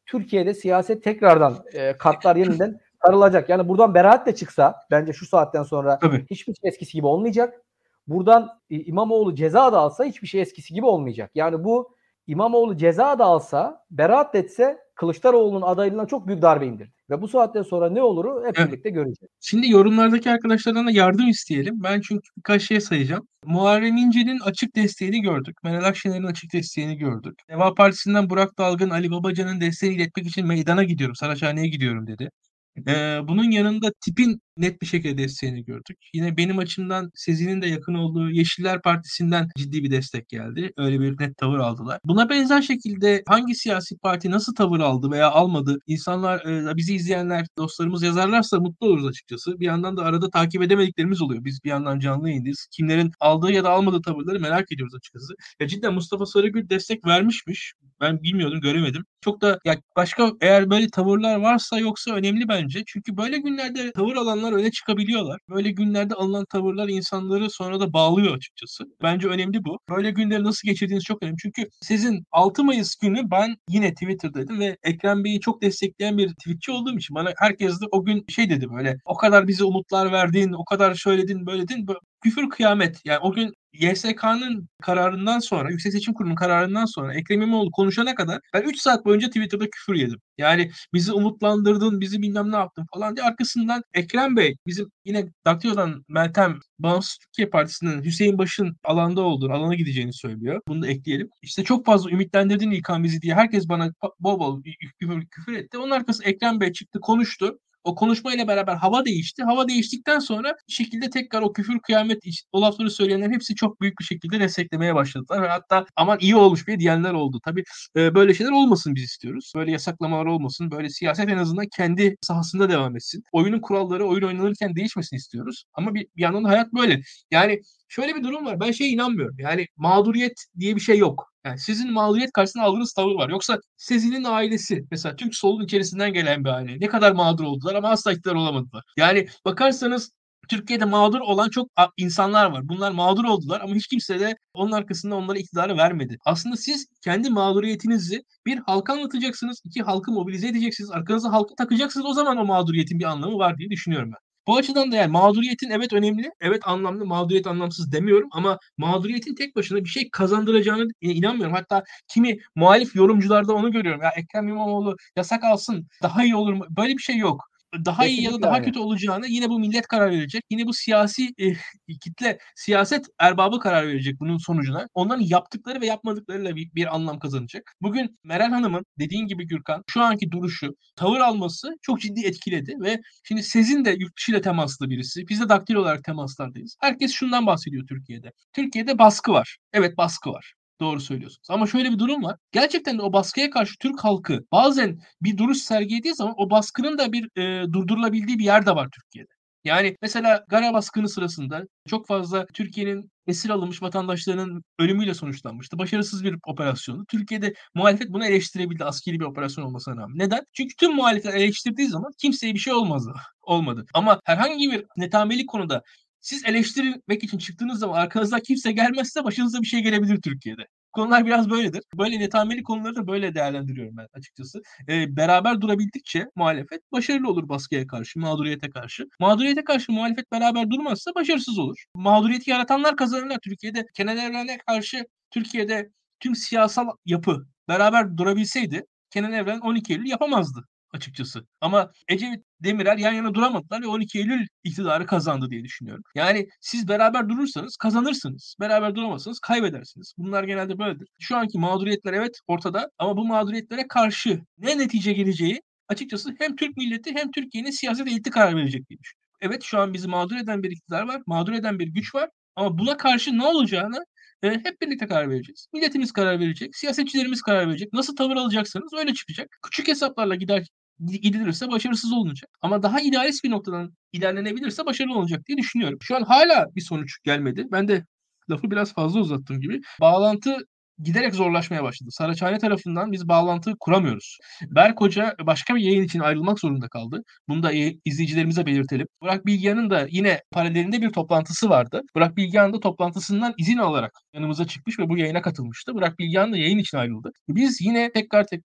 Türkiye'de siyaset tekrardan e, kartlar yeniden karılacak. Yani buradan beraat de çıksa bence şu saatten sonra Tabii. hiçbir şey eskisi gibi olmayacak. Buradan İmamoğlu ceza da alsa hiçbir şey eskisi gibi olmayacak. Yani bu İmamoğlu ceza da alsa, beraat etse Kılıçdaroğlu'nun adaylığına çok büyük darbe indirdi. Ve bu saatten sonra ne oluru hep Evet. birlikte göreceğiz. Şimdi yorumlardaki arkadaşlardan da yardım isteyelim. Ben çünkü birkaç şey sayacağım. Muharrem İnce'nin açık desteğini gördük. Meral Akşener'in açık desteğini gördük. Deva Partisi'nden Burak Dalgın, Ali Babacan'ın desteğini iletmek için meydana gidiyorum, Saraçhane'ye gidiyorum dedi. Ee, bunun yanında tipin net bir şekilde desteğini gördük. Yine benim açımdan Sezin'in de yakın olduğu Yeşiller Partisi'nden ciddi bir destek geldi. Öyle bir net tavır aldılar. Buna benzer şekilde hangi siyasi parti nasıl tavır aldı veya almadı? İnsanlar, e, bizi izleyenler, dostlarımız yazarlarsa mutlu oluruz açıkçası. Bir yandan da arada takip edemediklerimiz oluyor. Biz bir yandan canlı yayındayız. Kimlerin aldığı ya da almadığı tavırları merak ediyoruz açıkçası. Ya cidden Mustafa Sarıgül destek vermişmiş. Ben bilmiyordum, göremedim. Çok da ya başka eğer böyle tavırlar varsa yoksa önemli bence. Çünkü böyle günlerde tavır alanlar öne çıkabiliyorlar. Böyle günlerde alınan tavırlar insanları sonra da bağlıyor açıkçası. Bence önemli bu. Böyle günleri nasıl geçirdiğiniz çok önemli. Çünkü sizin altı Mayıs günü ben yine Twitter'daydım ve Ekrem Bey'i çok destekleyen bir tweetçi olduğum için bana herkes de o gün şey dedi, böyle o kadar bize umutlar verdin, o kadar şöyledin, böyledin. Küfür kıyamet. Yani o gün Y S K'nın kararından sonra, Yüksek Seçim Kurulu'nun kararından sonra Ekrem İmamoğlu konuşana kadar ben üç saat boyunca Twitter'da küfür yedim. Yani bizi umutlandırdın, bizi bilmem ne yaptın falan diye. Arkasından Ekrem Bey, bizim yine Daktilo'dan Meltem, Bağımsız Türkiye Partisi'nin Hüseyin Baş'ın alanda olduğunu, alana gideceğini söylüyor. Bunu da ekleyelim. İşte çok fazla ümitlendirdin İlkan bizi diye herkes bana bol bol küfür, küfür etti. Onun arkası Ekrem Bey çıktı, konuştu. O konuşmayla beraber hava değişti. Hava değiştikten sonra bir şekilde tekrar o küfür kıyamet o lafları söyleyenlerin hepsi çok büyük bir şekilde desteklemeye başladılar. Ve hatta aman iyi olmuş bir diyenler oldu. Tabii e, böyle şeyler olmasın biz istiyoruz. Böyle yasaklamalar olmasın. Böyle siyaset en azından kendi sahasında devam etsin. Oyunun kuralları oyun oynanırken değişmesini istiyoruz. Ama bir, bir yandan da hayat böyle. Yani şöyle bir durum var. Ben şeye inanmıyorum. Yani mağduriyet diye bir şey yok. Yani sizin mağduriyet karşısında aldığınız tavır var. Yoksa Sezin'in ailesi mesela Türk solunun içerisinden gelen bir aile. Ne kadar mağdur oldular ama asla iktidar olamadılar. Yani bakarsanız Türkiye'de mağdur olan çok insanlar var. Bunlar mağdur oldular ama hiç kimse de onun arkasında onlara iktidarı vermedi. Aslında siz kendi mağduriyetinizi bir halka anlatacaksınız, iki halkı mobilize edeceksiniz, arkanıza halkı takacaksınız. O zaman o mağduriyetin bir anlamı var diye düşünüyorum ben. Bu açıdan da yani mağduriyetin evet önemli, evet anlamlı, mağduriyet anlamsız demiyorum ama mağduriyetin tek başına bir şey kazandıracağını inanmıyorum. Hatta kimi muhalif yorumcularda onu görüyorum. Ya Ekrem İmamoğlu yasak alsın daha iyi olur mu? Böyle bir şey yok. Daha iyi ya da Kesinlikle daha aynen. kötü olacağına yine bu millet karar verecek. Yine bu siyasi e, kitle, siyaset erbabı karar verecek bunun sonucuna. Onların yaptıkları ve yapmadıklarıyla bir, bir anlam kazanacak. Bugün Meral Hanım'ın dediğin gibi Gürkan şu anki duruşu, tavır alması çok ciddi etkiledi ve şimdi Sezin de yurt dışı ile temaslı birisi. Biz de Daktilo olarak temaslardayız. Herkes şundan bahsediyor Türkiye'de. Türkiye'de baskı var. Evet baskı var. Doğru söylüyorsunuz. Ama şöyle bir durum var. Gerçekten de o baskıya karşı Türk halkı bazen bir duruş sergilediği zaman o baskının da bir e, durdurulabildiği bir yer de var Türkiye'de. Yani mesela Gara baskını sırasında çok fazla Türkiye'nin esir alınmış vatandaşlarının ölümüyle sonuçlanmıştı. Başarısız bir operasyondu. Türkiye'de muhalefet bunu eleştirebildi askeri bir operasyon olmasına rağmen. Neden? Çünkü tüm muhalefet eleştirdiği zaman kimseye bir şey olmazdı. Olmadı. Ama herhangi bir netameli konuda siz eleştirmek için çıktığınız zaman arkanızdan kimse gelmezse başınıza bir şey gelebilir Türkiye'de. Konular biraz böyledir. Böyle netameli konuları da böyle değerlendiriyorum ben açıkçası. Ee, beraber durabildikçe muhalefet başarılı olur baskıya karşı, mağduriyete karşı. Mağduriyete karşı muhalefet beraber durmazsa başarısız olur. Mağduriyeti yaratanlar kazanırlar. Türkiye'de Kenan Evren'e karşı Türkiye'de tüm siyasal yapı beraber durabilseydi Kenan Evren on iki Eylül yapamazdı açıkçası. Ama Ecevit Demirel yan yana duramadılar ve on iki Eylül iktidarı kazandı diye düşünüyorum. Yani siz beraber durursanız kazanırsınız. Beraber duramazsanız kaybedersiniz. Bunlar genelde böyledir. Şu anki mağduriyetler evet ortada ama bu mağduriyetlere karşı ne netice geleceği açıkçası hem Türk milleti hem Türkiye'nin siyaset eliti karar verecek diye düşünüyorum. Evet şu an bizi mağdur eden bir iktidar var. Mağdur eden bir güç var. Ama buna karşı ne olacağını e, hep birlikte karar vereceğiz. Milletimiz karar verecek. Siyasetçilerimiz karar verecek. Nasıl tavır alacaksanız öyle çıkacak. Küçük hesaplarla gider gidilirse başarısız olunacak. Ama daha idealist bir noktadan ilerlenebilirse başarılı olacak diye düşünüyorum. Şu an hala bir sonuç gelmedi. Ben de lafı biraz fazla uzattığım gibi. Bağlantı giderek zorlaşmaya başladı. Saraçhane tarafından biz bağlantı kuramıyoruz. Berk Hoca başka bir yayın için ayrılmak zorunda kaldı. Bunu da izleyicilerimize belirtelim. Burak Bilgehan'ın da yine paralelinde bir toplantısı vardı. Burak Bilgehan da toplantısından izin alarak yanımıza çıkmış ve bu yayına katılmıştı. Burak Bilgehan da yayın için ayrıldı. Biz yine tekrar tekrar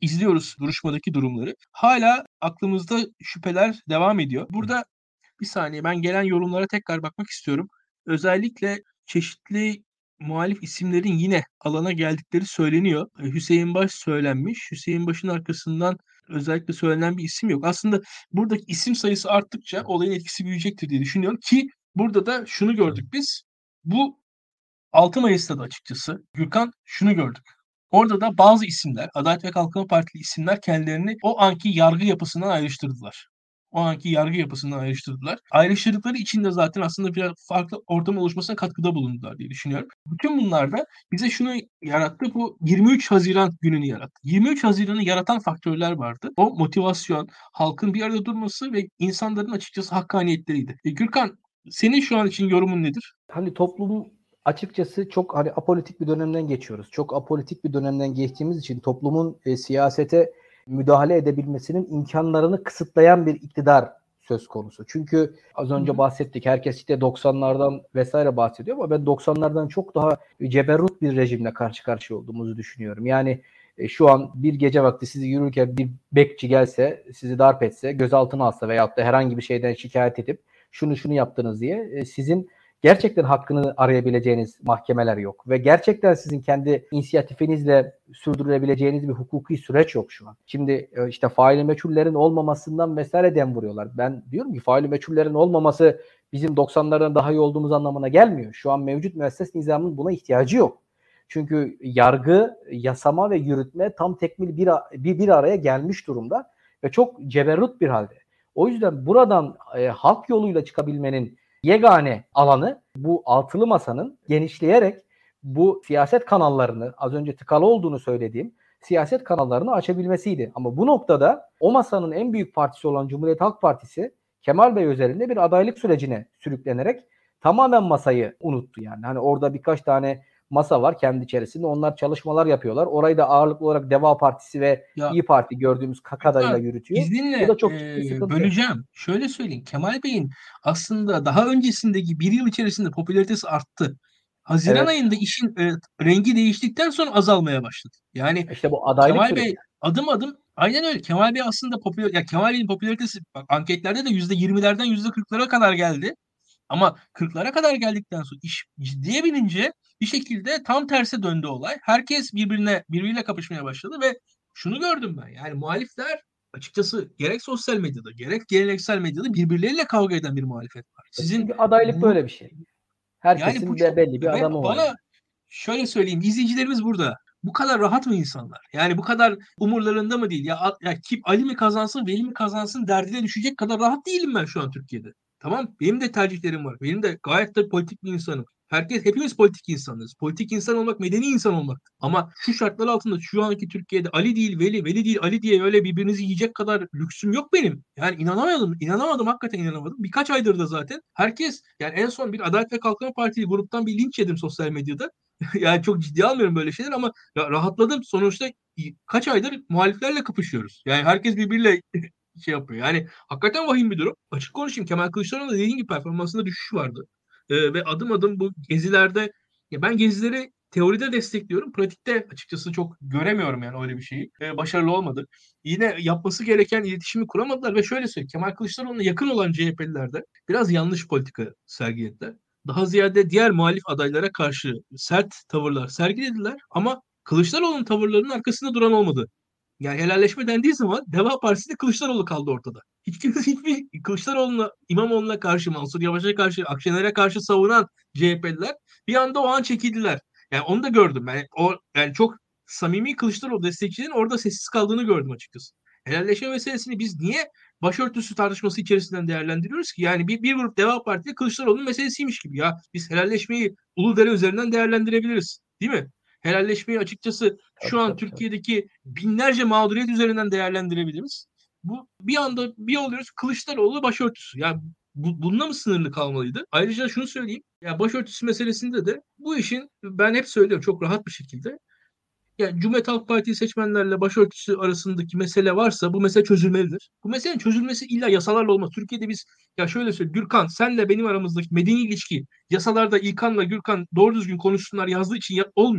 izliyoruz duruşmadaki durumları. Hala aklımızda şüpheler devam ediyor. Burada bir saniye ben gelen yorumlara tekrar bakmak istiyorum. Özellikle çeşitli muhalif isimlerin yine alana geldikleri söyleniyor. E, Hüseyin Baş söylenmiş. Hüseyin Baş'ın arkasından özellikle söylenen bir isim yok. Aslında buradaki isim sayısı arttıkça olayın etkisi büyüyecektir diye düşünüyorum ki burada da şunu gördük biz. Bu altı Mayıs'ta da açıkçası Gürkan şunu gördük. Orada da bazı isimler, Adalet ve Kalkınma Partili isimler kendilerini o anki yargı yapısından ayrıştırdılar. O anki yargı yapısından ayrıştırdılar. Ayrıştırdıkları için de zaten aslında biraz farklı ortam oluşmasına katkıda bulundular diye düşünüyorum. Bütün bunlar da bize şunu yarattı. Bu yirmi üç Haziran gününü yarattı. yirmi üç Haziran'ı yaratan faktörler vardı. O motivasyon, halkın bir arada durması ve insanların açıkçası hakkaniyetleriydi. E, Gürkan, senin şu an için yorumun nedir? Hani toplum açıkçası çok hani apolitik bir dönemden geçiyoruz. Çok apolitik bir dönemden geçtiğimiz için toplumun e, siyasete müdahale edebilmesinin imkanlarını kısıtlayan bir iktidar söz konusu. Çünkü az önce bahsettik. Herkes işte doksanlardan vesaire bahsediyor ama ben doksanlardan çok daha ceberrut bir rejimle karşı karşıya olduğumuzu düşünüyorum. Yani e, şu an bir gece vakti sizi yürürken bir bekçi gelse, sizi darp etse, gözaltına alsa veyahut da herhangi bir şeyden şikayet edip şunu şunu yaptınız diye e, sizin gerçekten hakkını arayabileceğiniz mahkemeler yok. Ve gerçekten sizin kendi inisiyatifinizle sürdürülebileceğiniz bir hukuki süreç yok şu an. Şimdi işte faili meçhullerin olmamasından vesaire dem vuruyorlar. Ben diyorum ki faili meçhullerin olmaması bizim doksanlardan daha iyi olduğumuz anlamına gelmiyor. Şu an mevcut müesses nizamın buna ihtiyacı yok. Çünkü yargı, yasama ve yürütme tam tekmil bir, bir, bir araya gelmiş durumda ve çok ceberrut bir halde. O yüzden buradan e, halk yoluyla çıkabilmenin yegane alanı bu altılı masanın genişleyerek bu siyaset kanallarını, az önce tıkalı olduğunu söylediğim siyaset kanallarını açabilmesiydi. Ama bu noktada o masanın en büyük partisi olan Cumhuriyet Halk Partisi Kemal Bey özelinde bir adaylık sürecine sürüklenerek tamamen masayı unuttu yani. Hani orada birkaç tane masa var kendi içerisinde. Onlar çalışmalar yapıyorlar. Orayı da ağırlıklı olarak Deva Partisi ve Ya, İyi Parti gördüğümüz kadarıyla yürütüyor. İzninle Bu da çok e, ciddi sıkıntı. böleceğim. Şöyle söyleyeyim. Kemal Bey'in aslında daha öncesindeki bir yıl içerisinde popülaritesi arttı. Haziran Evet. ayında işin e, rengi değiştikten sonra azalmaya başladı. Yani İşte bu adaylık Kemal süreci. Bey adım adım aynen öyle. Kemal Bey aslında popüler ya Kemal Bey'in popülaritesi bak, anketlerde de yüzde yirmilerden yüzde kırklara kadar geldi. Ama kırklara kadar geldikten sonra iş ciddiye binince bir şekilde tam terse döndü olay. Herkes birbirine birbiriyle kapışmaya başladı ve şunu gördüm ben. Yani muhalifler açıkçası gerek sosyal medyada gerek geleneksel medyada birbirleriyle kavga eden bir muhalefet var. Sizin Çünkü adaylık bu böyle bir şey. yani Herkesin bu be- çok belli bir ve adamı var. bana Yani. şöyle söyleyeyim izleyicilerimiz burada. Bu kadar rahat mı insanlar? Yani bu kadar umurlarında mı değil? Ya, ya kim Ali mi kazansın, Veli mi kazansın derdine düşecek kadar rahat değilim ben şu an Türkiye'de. Tamam, benim de tercihlerim var. Benim de gayet de politik bir insanım. Herkes, hepimiz politik insanlarız. Politik insan olmak, medeni insan olmak. Ama şu şartlar altında şu anki Türkiye'de Ali değil Veli, Veli değil Ali diye öyle birbirinizi yiyecek kadar lüksüm yok benim. Yani inanamadım, inanamadım, hakikaten inanamadım. Birkaç aydır da zaten herkes, yani en son bir Adalet ve Kalkınma Partili gruptan bir linç yedim sosyal medyada. Yani çok ciddi almıyorum böyle şeyler ama ya rahatladım. Sonuçta kaç aydır muhaliflerle kapışıyoruz. Yani herkes birbiriyle şey yapıyor. Yani hakikaten vahim bir durum. Açık konuşayım. Kemal Kılıçdaroğlu'nun da dediğin gibi performansında düşüş vardı. Ee, ve adım adım bu gezilerde ya ben gezileri teoride destekliyorum. Pratikte açıkçası çok göremiyorum yani öyle bir şeyi. Ee, başarılı olmadı. Yine yapması gereken iletişimi kuramadılar ve şöyle söyleyeyim. Kemal Kılıçdaroğlu'na yakın olan C H P'liler de biraz yanlış politika sergilediler. Daha ziyade diğer muhalif adaylara karşı sert tavırlar sergilediler ama Kılıçdaroğlu'nun tavırlarının arkasında duran olmadı. Yani helalleşme dendiği zaman Deva Partisi'nde Kılıçdaroğlu kaldı ortada. Hiç kimse hiçbir Kılıçdaroğlu'na, İmamoğlu'na karşı, Mansur Yavaş'a karşı, Akşener'e karşı savunan C H P'liler bir anda o an çekildiler. Yani onu da gördüm. Yani o yani çok samimi Kılıçdaroğlu destekçilerin orada sessiz kaldığını gördüm açıkçası. Helalleşme meselesini biz niye başörtüsü tartışması içerisinden değerlendiriyoruz ki? Yani bir, bir grup Deva Partisi Kılıçdaroğlu'nun meselesiymiş gibi. Ya biz helalleşmeyi Uludere üzerinden değerlendirebiliriz. Değil mi? Helalleşmeyi açıkçası şu an Tabii, tabii, Türkiye'deki binlerce mağduriyet üzerinden değerlendirebiliriz. Bu bir anda bir oluyoruz Kılıçdaroğlu başörtüsü. Yani bu, bununla mı sınırlı kalmalıydı? Ayrıca şunu söyleyeyim. Ya başörtüsü meselesinde de bu işin ben hep söylüyorum çok rahat bir şekilde. Yani Cumhuriyet Halk Partisi seçmenlerle başörtüsü arasındaki mesele varsa bu mesele çözülmelidir. Bu meselenin çözülmesi illa yasalarla olmaz. Türkiye'de biz ya şöyle söyleyeyim Gürkan senle benim aramızdaki medeni ilişki yasalarda İlkan'la Gürkan doğru düzgün konuşsunlar yazdığı için ya, olmuyor.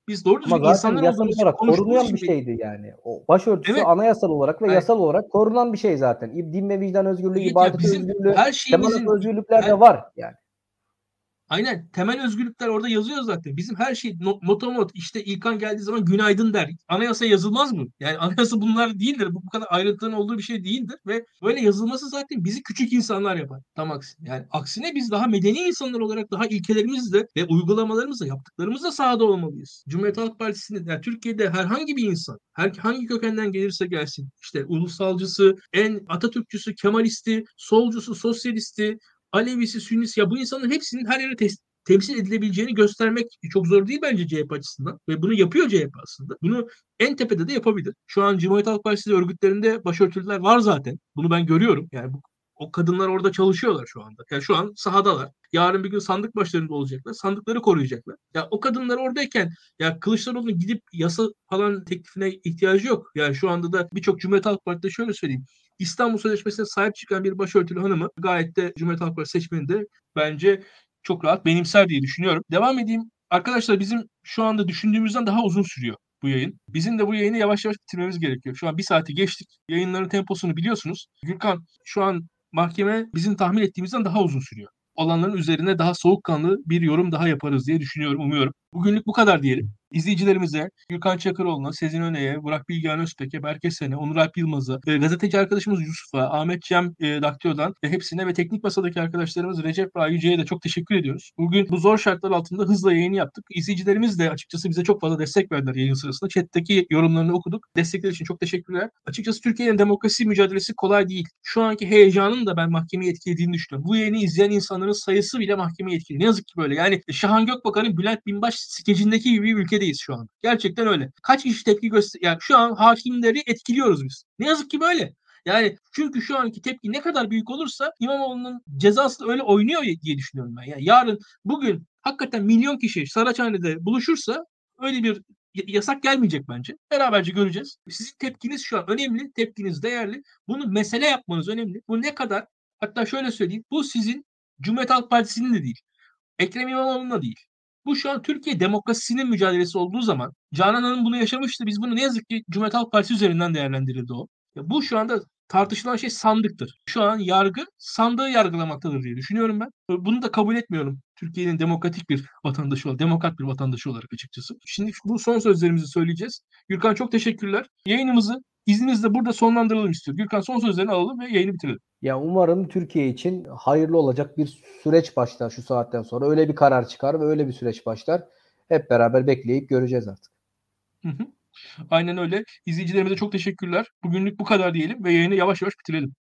Biz doğru düzgün Ama zaten insanlar yasal olduğumuz için olarak konuştuğumuz korunan için bir şeydi yani. O başörtüsü Evet. anayasal olarak ve Hayır. yasal olarak korunan bir şey zaten. İb- Din ve vicdan özgürlüğü, Evet ya, ibadet bizim özgürlüğü, her temel şeyimizin özgürlükler her de var yani. Aynen. Temel özgürlükler orada yazıyor zaten. Bizim her şey not, motomot işte İlkan geldiği zaman günaydın der. Anayasa yazılmaz mı? Yani anayasa bunlar değildir. Bu, bu kadar ayrıntıların olduğu bir şey değildir ve böyle yazılması zaten bizi küçük insanlar yapar. Tam aksine. Yani aksine biz daha medeni insanlar olarak daha ilkelerimizle ve uygulamalarımızla yaptıklarımızla sahada olmalıyız. Cumhuriyet Halk Partisi'nin yani Türkiye'de herhangi bir insan her, hangi kökenden gelirse gelsin işte ulusalcısı, en Atatürkçüsü, Kemalisti, solcusu, sosyalisti, Alevisi, Sünnisi ya bu insanların hepsinin her yere tes- temsil edilebileceğini göstermek çok zor değil bence C H P açısından. Ve bunu yapıyor C H P aslında. Bunu en tepede de yapabilir. Şu an Cumhuriyet Halk Partisi örgütlerinde başörtülüler var zaten. Bunu ben görüyorum. Yani bu, o kadınlar orada çalışıyorlar şu anda. Yani şu an sahadalar. Yarın bir gün sandık başlarında olacaklar. Sandıkları koruyacaklar. Ya o kadınlar oradayken ya Kılıçdaroğlu'nun gidip yasa falan teklifine ihtiyacı yok. Yani şu anda da birçok Cumhuriyet Halk Partisi'de şöyle söyleyeyim. İstanbul Sözleşmesi'ne sahip çıkan bir başörtülü hanımı gayet de Cumhuriyet Halk Partisi seçmeni de bence çok rahat benimser diye düşünüyorum. Devam edeyim. Arkadaşlar bizim şu anda düşündüğümüzden daha uzun sürüyor bu yayın. Bizim de bu yayını yavaş yavaş bitirmemiz gerekiyor. Şu an bir saati geçtik. Yayınların temposunu biliyorsunuz. Gürkan şu an mahkeme bizim tahmin ettiğimizden daha uzun sürüyor. Olanların üzerine daha soğukkanlı bir yorum daha yaparız diye düşünüyorum, umuyorum. Bugünlük bu kadar diyelim. İzleyicilerimize, Gürkan Çakıroğlu'na, Sezin Öne'ye, Burak Bilgehan Özpek'e, Berke Sen'e, Onur Alp Yılmaz'a, e, gazeteci arkadaşımız Yusuf'a, Ahmet Cem e, Daktio'dan ve hepsine ve teknik masadaki arkadaşlarımız Recep Ray Yüce'ye de çok teşekkür ediyoruz. Bugün bu zor şartlar altında hızla yayını yaptık. İzleyicilerimiz de açıkçası bize çok fazla destek verdiler yayın sırasında. Chat'teki yorumlarını okuduk. Destekleri için çok teşekkürler. Açıkçası Türkiye'nin demokrasi mücadelesi kolay değil. Şu anki heyecanın da ben mahkemeyi etkilediğini düşünüyorum. Bu yayını izleyen insanların sayısı bile mahkemeyi etkiledi. Ne yazık ki böyle. Yani Şahan Gökbakar'ın Bülent Binbaş skecindeki gibi bir ülkedeyiz şu an. Gerçekten öyle. Kaç kişi tepki göster... Yani şu an hakimleri etkiliyoruz biz. Ne yazık ki böyle. Yani çünkü şu anki tepki ne kadar büyük olursa İmamoğlu'nun cezası da öyle oynuyor diye düşünüyorum ben. Yani yarın bugün hakikaten milyon kişi Saraçhane'de buluşursa öyle bir yasak gelmeyecek bence. Beraberce göreceğiz. Sizin tepkiniz şu an önemli. Tepkiniz değerli. Bunu mesele yapmanız önemli. Bu ne kadar? Hatta şöyle söyleyeyim. Bu sizin Cumhuriyet Halk Partisi'nin de değil. Ekrem İmamoğlu'nun da değil. Bu şu an Türkiye demokrasisinin mücadelesi olduğu zaman Canan Hanım bunu yaşamıştı. Biz bunu ne yazık ki Cumhuriyet Halk Partisi üzerinden değerlendirildi o. Ya bu şu anda tartışılan şey sandıktır. Şu an yargı sandığı yargılamaktadır diye düşünüyorum ben. Bunu da kabul etmiyorum. Türkiye'nin demokratik bir vatandaşı olarak, demokrat bir vatandaşı olarak açıkçası. Şimdi bu son sözlerimizi söyleyeceğiz. Gürkan çok teşekkürler. Yayınımızı izninizle burada sonlandıralım istiyorum. Gürkan son sözlerini alalım ve yayını bitirelim. Ya umarım Türkiye için hayırlı olacak bir süreç başlar şu saatten sonra. Öyle bir karar çıkar ve öyle bir süreç başlar. Hep beraber bekleyip göreceğiz artık. Hı hı. Aynen öyle. İzleyicilerimize çok teşekkürler. Bugünlük bu kadar diyelim ve yayını yavaş yavaş bitirelim.